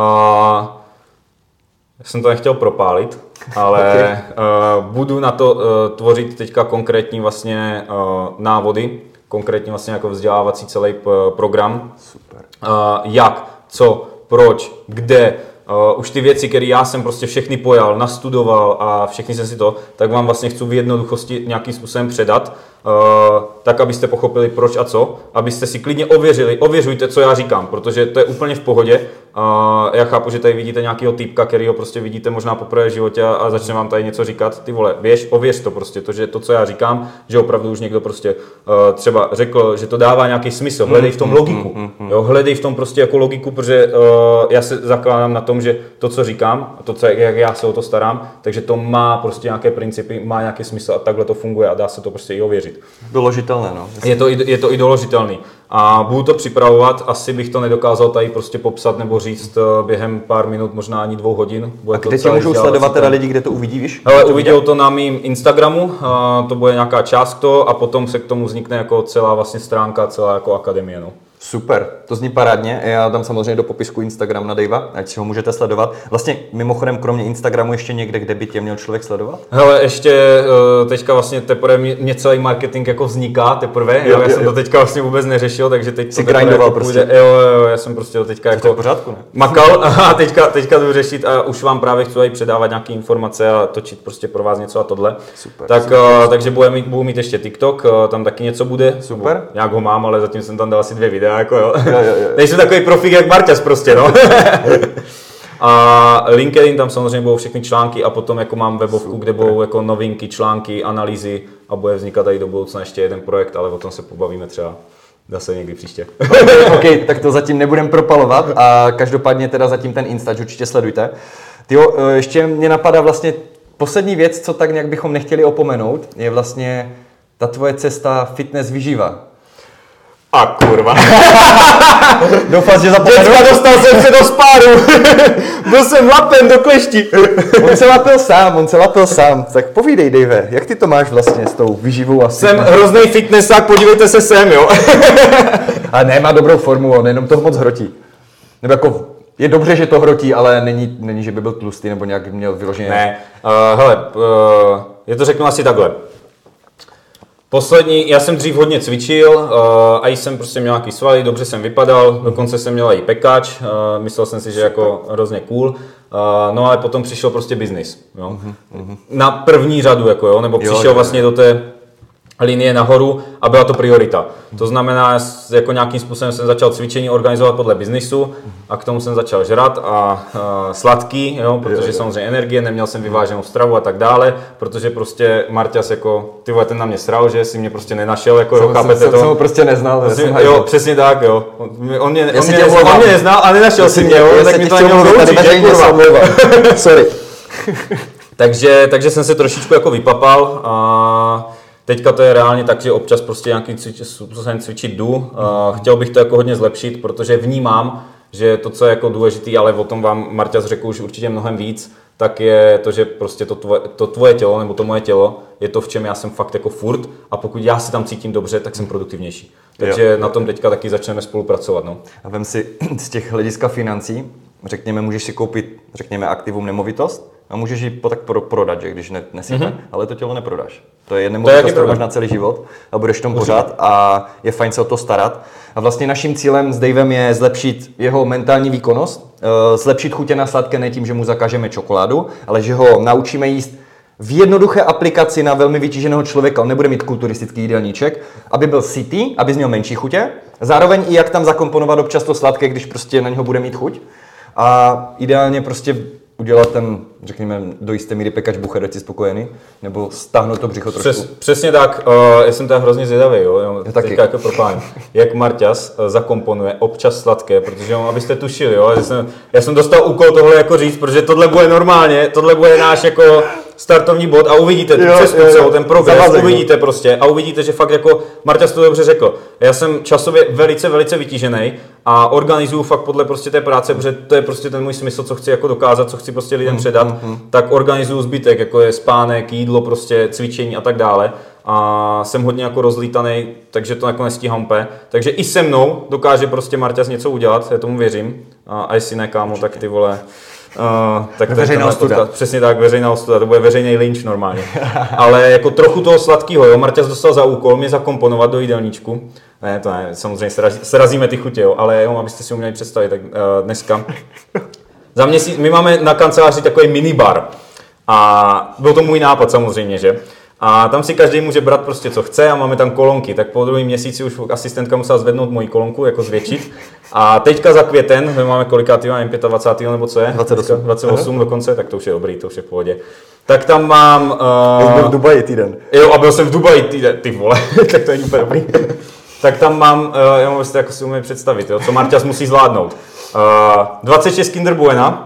Jsem to nechtěl propálit, ale budu na to tvořit teďka konkrétní vlastně návody, konkrétně vlastně jako vzdělávací celý program. Super. Jak, co, proč, kde, už ty věci, které já jsem prostě všechny pojal, nastudoval a všechny jsem si to, tak vám vlastně chci v jednoduchosti nějakým způsobem předat, tak abyste pochopili proč a co, abyste si klidně ověřujte, co já říkám, protože to je úplně v pohodě. Já chápu, že tady vidíte nějakého týpka, kterýho prostě vidíte možná poprvé v životě a začne vám tady něco říkat, ty vole, ověř to prostě, to, co já říkám, že opravdu už někdo prostě třeba řekl, že to dává nějaký smysl, hledej v tom logiku, jo, hledej v tom prostě jako logiku, protože já se zakládám na tom, že to, co říkám, a to, jak já se o to starám, takže to má prostě nějaké principy, má nějaký smysl a takhle to funguje a dá se to prostě i ověřit. Doložitelné, no. Je to i doložitelný. A budu to připravovat, asi bych to nedokázal tady prostě popsat nebo říct během pár minut, možná ani 2 hodin. A kde tě můžou sledovat teda lidi, kde to uvidí, víš? Ale uviděl to na mým Instagramu, to bude nějaká část to a potom se k tomu vznikne jako celá vlastně stránka, celá jako akademie, no. Super, to zní parádně. Já dám samozřejmě do popisku Instagram na Davea, ať si ho můžete sledovat. Vlastně mimochodem kromě Instagramu ještě někde, kde by tě měl člověk sledovat? Hele, ještě teďka vlastně teprve mě celý marketing jako vzniká teprve. Já jsem to teďka vlastně vůbec neřešil, takže teď si grindoval jako prostě. Jo, já jsem prostě to teďka jako to v pořádku, ne? makal a teďka jdu řešit a už vám právě chci předávat nějaké informace a točit prostě pro vás něco a tohle. Super, tak, takže budu mít ještě TikTok, tam taky něco bude. Super. Jak ho mám, ale zatím jsem tam dal asi 2 videa, jako jo. Nejsem takový profík jak Marťas prostě, no. A LinkedIn, tam samozřejmě budou všechny články a potom jako mám webovku, kde budou jako novinky, články, analýzy a bude vznikat tady do budoucna ještě jeden projekt, ale o tom se pobavíme třeba zase někdy příště. Okay, tak to zatím nebudem propalovat a každopádně teda zatím ten Instač určitě sledujte. Tyjo, ještě mě napadá vlastně poslední věc, co tak nějak bychom nechtěli opomenout, je vlastně ta tvoje cesta fitness výživa. A kurva. Doufám, že zapomenu. Děcka, dostal jsem se do spáru. Byl jsem lapen do klešti. On se lapil sám. Tak povídej, Dave, jak ty to máš vlastně s tou výživou? Jsem hrozný fitnessák, podívejte se sem, jo. Ale nemá dobrou formu, on jenom toho moc hrotí. Nebo jako, je dobře, že to hrotí, ale není že by byl tlustý nebo nějak měl vyloženě. Ne, hele, je to řeknu asi takhle. Já jsem dřív hodně cvičil a jsem prostě měl nějaký svaly, dobře jsem vypadal, dokonce jsem měl i pekač, myslel jsem si, že jako hrozně cool, no ale potom přišel prostě biznis, jo. Na první řadu, jako jo, nebo přišel vlastně do té linie nahoru a byla to priorita. To znamená, jako nějakým způsobem jsem začal cvičení organizovat podle biznisu a k tomu jsem začal žrat a sladký, jo, protože samozřejmě energie, neměl jsem vyváženou stravu a tak dále, protože prostě Marťas jako, ty vole, ten na mě sral, že si mě prostě nenašel, jako jo, chápete to? Jsem ho prostě neznal. Jo, přesně tak, jo. On mě neznal a nenašel si mě, jo, tak mi to nemělo doučit, kurva. Sorry. Takže jsem se trošičku jako vypapal a teďka to je reálně tak, že občas prostě nějakým způsobem cvičit jdu. Chtěl bych to jako hodně zlepšit, protože vnímám, že to, co je jako důležitý, ale o tom vám Marťas řekl už určitě mnohem víc, tak je to, že prostě to tvoje tělo nebo to moje tělo je to, v čem já jsem fakt jako furt a pokud já se tam cítím dobře, tak jsem produktivnější. Takže na tom teďka taky začneme spolupracovat. No. A vem si z těch hlediska financí, řekněme, můžeš si koupit, řekněme, aktivum nemovitost a můžeš ji tak prodat, že když nesype, ale to tělo neprodáš. To je nemovitost, kterou máš na celý život a budeš v tom pořád a je fajn se o to starat. A vlastně naším cílem s Davem je zlepšit jeho mentální výkonnost, zlepšit chutě na sladké ne tím, že mu zakážeme čokoládu, ale že ho naučíme jíst v jednoduché aplikaci na velmi vytíženého člověka. On nebude mít kulturistický jídelníček, aby byl sytý, aby měl menší chutě. Zároveň i jak tam zakomponovat občas to sladké, když prostě na něho bude mít chuť. A ideálně prostě udělat ten, řekněme, do jisté míry pekač buchet, ať si spokojený, nebo stáhnout to břicho trošku. Přesně tak, já jsem teda hrozně zvědavý, jo, teďka jako propálím, jak Marťas zakomponuje občas sladké, protože abyste tušili, jo, já jsem dostal úkol tohle jako říct, protože tohle bude normálně, tohle bude náš jako startovní bod a uvidíte tu cestu celou, ten progres, uvidíte prostě a uvidíte, že fakt jako Marťas to dobře řekl. Já jsem časově velice vytížený a organizuju fakt podle prostě té práce, protože to je prostě ten můj smysl, co chci jako dokázat, co chci prostě lidem předat, tak organizuju zbytek, jako je spánek, jídlo, prostě cvičení a tak dále. A jsem hodně jako rozlítaný, takže to jako nestíhám úplně. Takže i se mnou dokáže prostě Marťas něco udělat, já tomu věřím. A jestli ne, kámo, tak ty vole. Tak veřejná ostuda. Přesně tak, veřejná ostuda, to bude veřejný lynč normálně. Ale jako trochu toho sladkého, jo, Marťas dostal za úkol mě zakomponovat do jídelníčku. Ne, to ne, samozřejmě srazíme ty chutě, jo, ale jo, abyste si uměli představit, tak dneska. Za měsíc, my máme na kanceláři takový minibar a byl to můj nápad samozřejmě, že? A tam si každý může brát prostě co chce a máme tam kolonky, tak po druhém měsíci už asistentka musela zvednout moji kolonku, jako zvětšit. A teďka za květen, my máme kolikátý, máme 25. nebo co je? 28 dokonce, tak to už je dobrý, to už je v pohodě. Tak tam mám... Byl v Dubaji týden. Jo, a byl jsem v Dubaji týden, ty vole, tak to je úplně dobrý. Tak tam mám, jenom byste jako si uměli představit, jo, co Marťas musí zvládnout. 26 Kinder Bueno,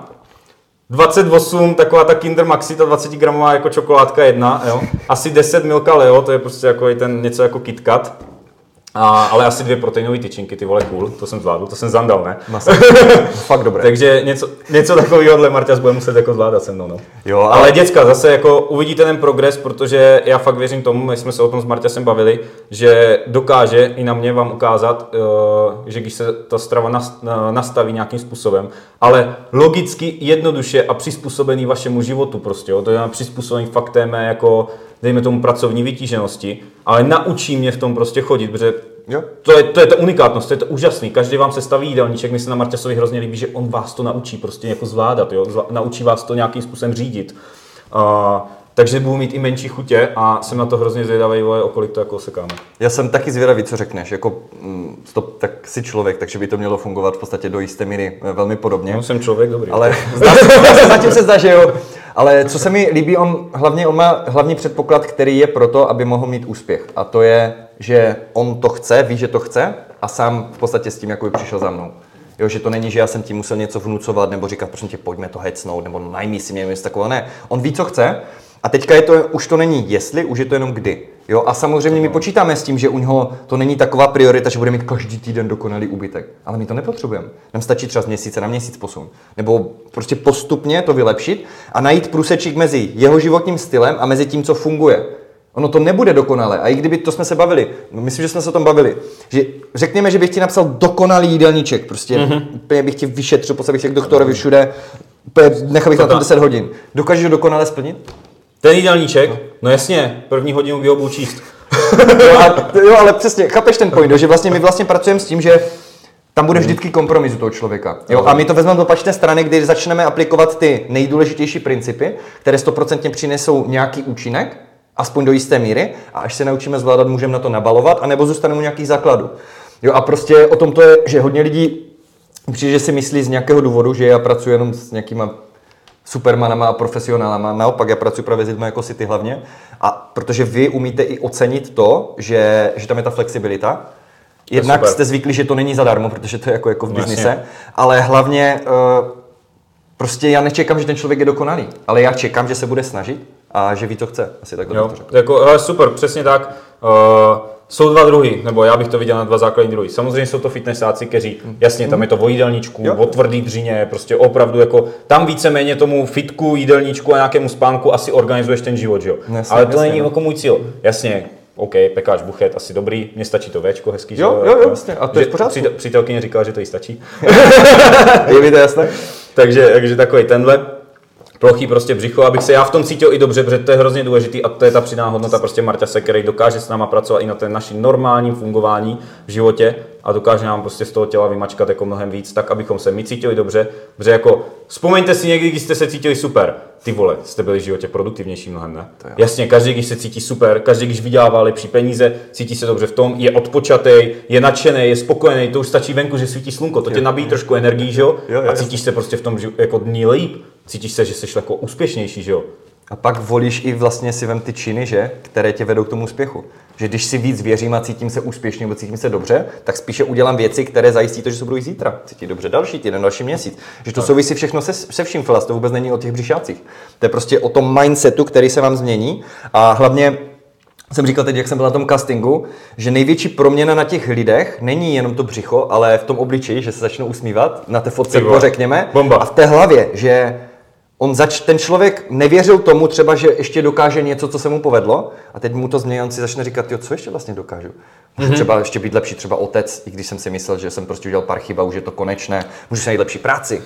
28 taková ta Kinder Maxi, ta 20 gramová jako čokoládka jedna, jo. Asi 10 Milka Leo, to je prostě jako ten něco jako KitKat. Ale asi 2 proteinové tyčinky, ty vole, cool, to jsem zvládl, to jsem zandal, ne? Fakt dobré. Takže něco takového Marťas bude muset jako zvládat se mnou, no. Jo, ale děcka, zase jako uvidíte ten progres, protože já fakt věřím tomu, my jsme se o tom s Marťasem bavili, že dokáže i na mě vám ukázat, že když se ta strava nastaví nějakým způsobem, ale logicky, jednoduše a přizpůsobený vašemu životu prostě, jo? To je přizpůsobený fakt té mé jako, dejme tomu, pracovní vytíženosti, ale naučí mě v tom prostě chodit, protože to je ta unikátnost, to je to úžasný. Každý vám se staví jídelníček, mi se na Marťasovi hrozně líbí, že on vás to naučí prostě jako zvládat, jo? Naučí vás to nějakým způsobem řídit. Takže budu mít i menší chutě a jsem na to hrozně zvědavý, o kolik to jako osekáme. Já jsem taky zvědavý, co řekneš, jako tak si člověk, takže by to mělo fungovat v podstatě do jisté míry velmi podobně. No, jsem člověk, dobrý. Ale zatím se zdá, že jo. Ale co se mi líbí, on má hlavní předpoklad, který je proto, aby mohl mít úspěch. A to je, že on to chce, ví, že to chce a sám v podstatě s tím jako přišel za mnou. Jo, že to není, že já jsem tím musel něco vnucovat nebo říkat, prosím tě, pojďme to hecnout, nebo najmí si mě něco takového. Ne, on ví, co chce. A teďka už to není jestli, už je to jenom kdy. Jo? A samozřejmě my počítáme s tím, že u něho to není taková priorita, že bude mít každý týden dokonalý úbytek. Ale my to nepotřebujeme. Nám stačí třeba z měsíce na měsíc posun. Nebo prostě postupně to vylepšit a najít průsečík mezi jeho životním stylem a mezi tím, co funguje. Ono to nebude dokonale. A i kdyby to jsme se bavili, myslím, že jsme se o tom bavili, že řekněme, že bych ti napsal dokonalý jídelníček, prostě úplně bych ti vyšetřil, poslal bych tě k doktorovi všude, nechal bych na tom 10 hodin. Dokážeš ho dokonale splnit? Ten jídelníček? No jasně, první hodinu kdy ho budu číst. Jo, ale přesně, chápeš ten point, že vlastně my pracujeme s tím, že tam bude vždycky kompromis u toho člověka. Jo? A my to vezmeme do opačné strany, kdy začneme aplikovat ty nejdůležitější principy, které 100% přinesou nějaký účinek, aspoň do jisté míry, a až se naučíme zvládat, můžeme na to nabalovat, anebo zůstaneme u nějakých základů. Jo, a prostě o tom to je, že hodně lidí přijde, že si myslí z nějakého důvodu, že já pracuji jenom s nějakýma supermanama a profesionálama. Naopak, já pracuji právě s lidmi jako si ty hlavně. A protože vy umíte i ocenit to, že tam je ta flexibilita. Jednak jste zvyklí, že to není zadarmo, protože to je jako v biznise. Ale hlavně prostě já nečekám, že ten člověk je dokonalý. Ale já čekám, že se bude snažit a že ví, co chce. Asi takhle to řeknu. Jako, super, přesně tak. Jsou 2 druhy, nebo já bych to viděl na 2 základní druhy. Samozřejmě jsou to fitnessáci, kteří, jasně, tam je to o jídelníčku, o tvrdý dřině, prostě opravdu jako tam víceméně tomu fitku, jídelníčku a nějakému spánku asi organizuješ ten život, že jo. Jasně, ale to není jako můj cíl. Jasně, OK, pekáč, buchet, asi dobrý, mně stačí to véčko, hezký, že jo, jasně, a to je v pořádku. Přítelkyně říkala, že to jí stačí. Je mi to jasné? takže takový tenhle. Plochý prostě břicho, abych se já v tom cítil i dobře, protože to je hrozně důležitý a to je ta přidaná hodnota prostě Marťase, který dokáže s náma pracovat i na ten naším normálním fungování v životě a dokáže nám prostě z toho těla vymačkat jako mnohem víc, tak abychom se my cítili dobře, protože jako vzpomeňte si někdy, když jste se cítili super, ty vole, jste byli v životě produktivnější mnohem, ne? Jasně, každý, když se cítí super, každý, když vydělává lepší peníze, cítí se dobře v tom, je odpočatý, je nadšený, je spokojený, to už stačí venku, že svítí slunko, to tě nabíjí trošku energii, že jo? A cítíš se prostě v tom jako dní líp. Cítíš se, že jsi jako úspěšnější, že jo? A pak volíš i vlastně si vem ty činy, že? Které tě vedou k tomu úspěchu. Že když si víc věřím a cítím se úspěšně nebo cítím se dobře, tak spíše udělám věci, které zajistí to, že se budu i zítra. Cítí dobře další týden, další měsíc. Že to souvisí všechno se vším, to vůbec není o těch břišácích. To je prostě o tom mindsetu, který se vám změní a hlavně jsem říkal teď, jak jsem byl na tom castingu, že největší proměna na těch lidech není jenom to břicho, ale v tom obličeji, že se začnou usmívat, na té fotce, řekněme, bomba. A v té hlavě, že ten člověk nevěřil tomu třeba, že ještě dokáže něco, co se mu povedlo a teď mu to změní, on si začne říkat, jo, co ještě vlastně dokážu? Můžu třeba ještě být lepší třeba otec, i když jsem si myslel, že jsem prostě udělal pár chyb a už je to konečné, můžu si najít lepší práci.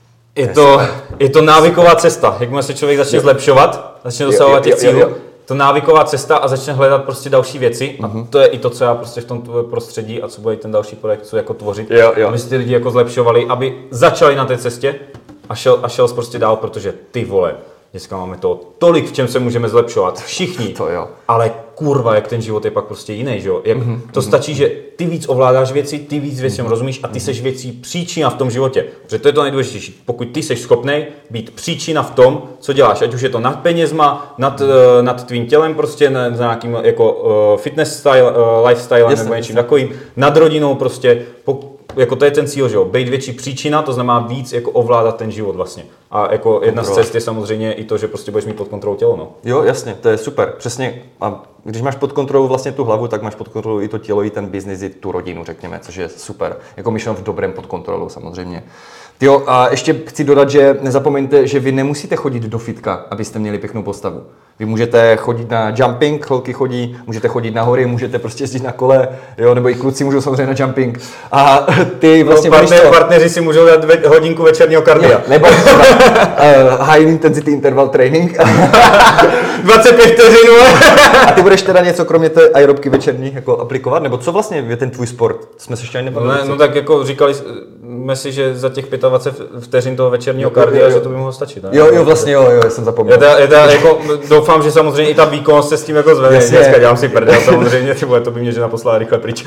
Je to návyková cesta, jakmile se člověk začne zlepšovat, začne dosahovat těch cílů, to návyková cesta a začne hledat prostě další věci a to je i to, co já prostě v tom prostředí a co bude ten další projekt, co jako tvořit, aby si ty lidi jako zlepšovali, aby začali na té cestě a šel prostě dál, protože ty vole, dneska máme to tolik, v čem se můžeme zlepšovat, všichni, ale kurva, jak ten život je pak prostě jiný, že jo? To stačí, že ty víc ovládáš věci, ty víc věcem rozumíš a ty seš věcí příčina v tom životě, protože to je to nejdůležitější. Pokud ty seš schopnej být příčina v tom, co děláš, ať už je to nad penězma, nad tvým tělem prostě, nad nějakým jako fitness style, lifestyle nebo něčím takovým, nad rodinou prostě, jako to je ten cíl, že jo? Být větší příčina, to znamená víc jako ovládat ten život vlastně. A jako jedna z cest je samozřejmě i to, že prostě budeš mít pod kontrolou tělo, no. Jo, jasně, to je super, přesně. A když máš pod kontrolou vlastně tu hlavu, tak máš pod kontrolou i to tělo, i ten biznis, i tu rodinu, řekněme, což je super. Jako myšleno v dobrém pod kontrolou samozřejmě. Jo, a ještě chci dodat, že nezapomeňte, že vy nemusíte chodit do fitka, abyste měli pěknou postavu. Vy můžete chodit na jumping, holky chodí, můžete chodit na hory, můžete prostě jezdit na kole, jo, nebo i kluci můžou samozřejmě na jumping. A ty vlastně partneři si můžou dát hodinku večerního kardia. Nebo high intensity interval training. 25 vteřin. A ty budeš teda něco kromě té aerobky večerní jako aplikovat? Nebo co vlastně je ten tvůj sport? Jsme se ještě ani nebavili. No tak jako říkali jsme si, že za těch 25 vteřin toho večerního kardia, že to by mohlo stačit. Ne? Jo, vlastně jo, jsem zapomněl. Jako, doufám, že samozřejmě i ta výkonnost se s tím jako zvede. Dneska dělám si prdel, samozřejmě, to by mě žena poslala rychle pryč.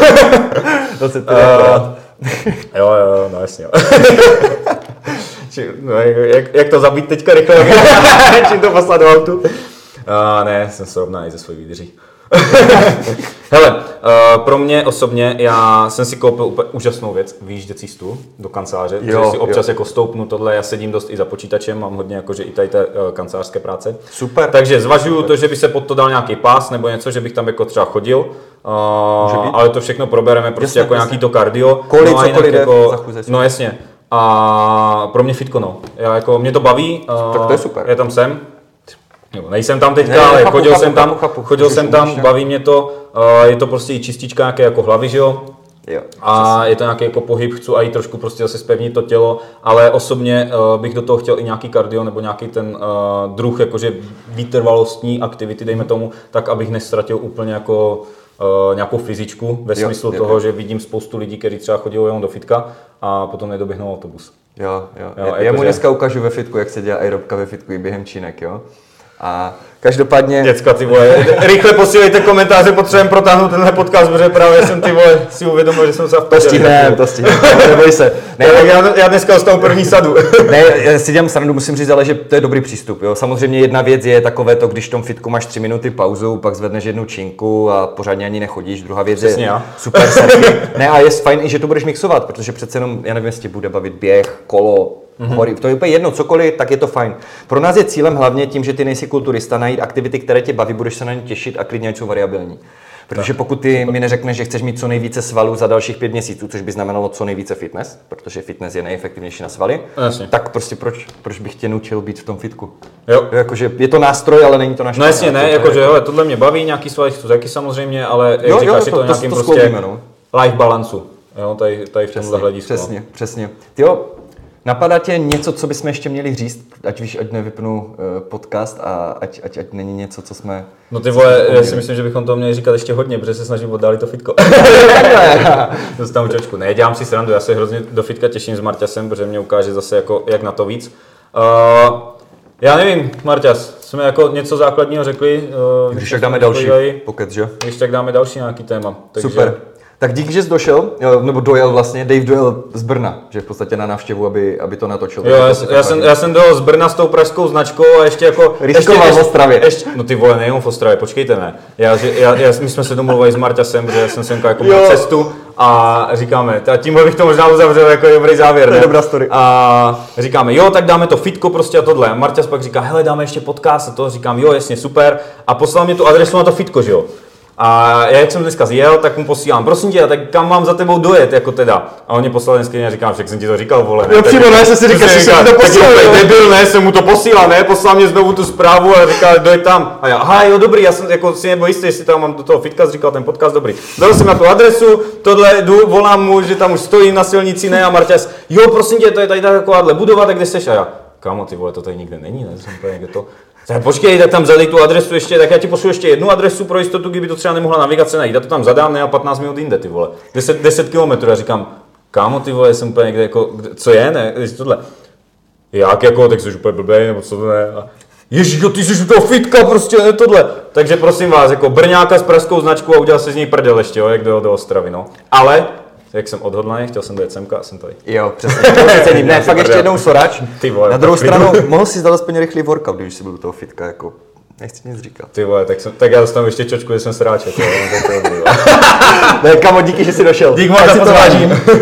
Jo, no jasně. No, jak to zabít teďka rychle, čím to poslat do autu? Ne, jsem srovnaný ze svojí výdrží. Hele, pro mě osobně, já jsem si koupil úplně úžasnou věc, výjížděcí stůl do kanceláře, že si občas jako stoupnu tohle, já sedím dost i za počítačem, mám hodně jakože i tady té kancelářské práce. Super. Takže zvažuju to, že by se pod to dal nějaký pás nebo něco, že bych tam jako třeba chodil, ale to všechno probereme prostě jako nějaký to kardio. Cokoliv jde, no jasně. A pro mě fitko, no. Mě to baví, tak to je super. Já tam jsem. Nejsem tam teďka, ale chodil jsem tam, baví mě to, je to prostě i čistička nějaké jako hlavy, že jo? A je to nějaký jako pohyb, chci i trošku prostě zase zpevnit to tělo, ale osobně bych do toho chtěl i nějaký kardio nebo nějaký ten druh jakože vytrvalostní aktivity, dejme tomu, tak abych nestratil úplně jako nějakou fyzičku ve smyslu toho, že vidím spoustu lidí, kteří třeba chodí jenom do fitka a potom nedoběhnou autobus. Jo. Já mu dneska ukážu ve fitku, jak se dělá aerobka ve fitku i během činek, jo? A každopádně... Děcka, ty vole, rychle posílejte komentáře, potřebujeme protáhnout tenhle podcast, protože právě jsem ty vole si uvědomil, že jsem se v To stihneme, neboj se. Ne, já dneska dostanu první sadu. Ne, já si dělám srandu, musím říct, ale že to je dobrý přístup, jo. Samozřejmě jedna věc je takové to, když v tom fitku máš 3 minuty pauzu, pak zvedneš jednu činku a pořádně ani nechodíš, druhá věc přesně je já. Super selfie. Ne, a je fajn i, že to budeš mixovat, protože přece jenom, já nevím, jestli bude bavit běh, kolo, hory, to je úplně jedno, cokoliv, tak je to fajn. Pro nás je cílem hlavně tím, že ty nejsi kulturista, najít aktivity, které tě baví, budeš se na ně těšit a klidně jsou variabilní. Protože pokud ty mi neřekneš, že chceš mít co nejvíce svalů za dalších 5 měsíců, což by znamenalo co nejvíce fitness, protože fitness je nejefektivnější na svaly, tak prostě proč bych tě nutil být v tom fitku? Jo. Jakože je to nástroj, ale není to náš. No jasně, ne, jakože hele, tohle mě baví, nějaký svaly chci taky samozřejmě, ale jak říkáš, je to nějakým prostě skloubíme, no. Life balancu. Jo, tady v tomhle hledisku. Přesně. Tyjo, napadá tě něco, co bychom ještě měli říct, ať nevypnu podcast a ať není něco, co jsme... No ty vole, já si myslím, že bychom to měli říkat ještě hodně, protože se snažím oddálit to fitko. Dostanu čočku. Ne, dělám si srandu, já se hrozně do fitka těším s Marťasem, protože mě ukáže zase jako, jak na to víc. Já nevím, Marťas, jsme jako něco základního řekli. Když tak dáme další pokec, že? Když tak dáme další nějaký téma. Takže... Super. Tak díky, že jsi došel, nebo dojel vlastně, Dave dojel z Brna, že v podstatě na návštěvu, aby to natočil. Jo, já jsem dojel z Brna s tou pražskou značkou a ještě jako... Riskoval v Ostravě. No ty vole, nejenom v Ostravě, počkejte, ne. My jsme se domluvili s Marťasem, že jsem semka jako měl cestu a říkáme, a tímhle bych to možná uzavřel jako dobrý závěr, ne? To je dobrá story. A říkáme, jo, tak dáme to fitko prostě a tohle. A Marťas pak říká, hele, dáme ještě podcast a to, říkám, jo, jasně, super. A poslal mě tu adresu na to fitko, že jo. A já, jak jsem dneska zjel, tak mu posílám, prosím tě, tak kam mám za tebou dojet, jako teda. A on mě poslal dneska a říkám, že jsem ti to říkal, vole. Jo, přímo, ne, jsem si říkal, že jsem to posílal. Tak debil, ne, jsem mu to posílal, ne, poslal mě znovu tu zprávu a říkal, dojeď tam. A já, aha, jo, dobrý, já jsem jako si nebo jistý, jestli tam mám do toho fitka, říkal ten podcast, dobrý. Dal jsem na tu adresu, tohle jdu, volám mu, že tam už stojím na silnici, ne, a Marťas, jo, prosím tě, to je tady takováhle budova, tak kde seš? A já, kámo, ty vole, to tady nikde není, ne, jsem úplně někde to. Počkej, tak tam zadej tu adresu ještě, tak já ti pošlu ještě jednu adresu pro jistotu, kdyby to třeba nemohla navigace najít. Já to tam zadám, ne, a 15 minut jinde, ty vole. 10 kilometrů, já říkám, kámo, ty vole, jsem úplně někde jako, co je, ne, tohle. Jak jako, tak jsi úplně blbej, nebo co to ne. A ježiš, ty jsi u toho fitka, prostě, ne, tohle. Takže prosím vás, jako Brňáka s pražskou značkou a udělal se z něj prdel ještě, jo, jak do Ostravy, no. Ale jak jsem odhodlaný, chtěl jsem dojet semka a jsem tady. Jo, přesně. Ne, fakt ještě jednou sorač. Na druhou stranu, mohl si dát aspoň rychlý workout, když jsi byl u toho fitka, jako, nechci nic říkat. Ty vole, tak já dostanu ještě čočku, že jsem sráček, jo, Ne, kamo, díky, že jsi došel. Dík moc za pozvání.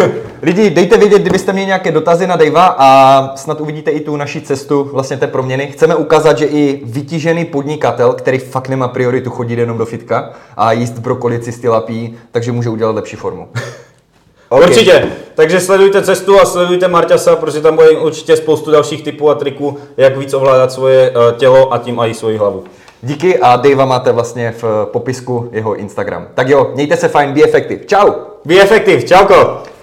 Lidi, dejte vědět, kdybyste měli nějaké dotazy na Davea a snad uvidíte i tu naši cestu vlastně té proměny. Chceme ukázat, že i vytížený podnikatel, který fakt nemá prioritu chodit jenom do fitka a jíst brokolici s tilapí, takže může udělat lepší formu. Okay. Určitě, takže sledujte cestu a sledujte Marťasa, protože tam bude určitě spoustu dalších tipů a triků, jak víc ovládat svoje tělo a tím i svoji hlavu. Díky a Davea máte vlastně v popisku jeho Instagram. Tak jo, mějte se fajn, be effective. Čau! Be effective, čauko!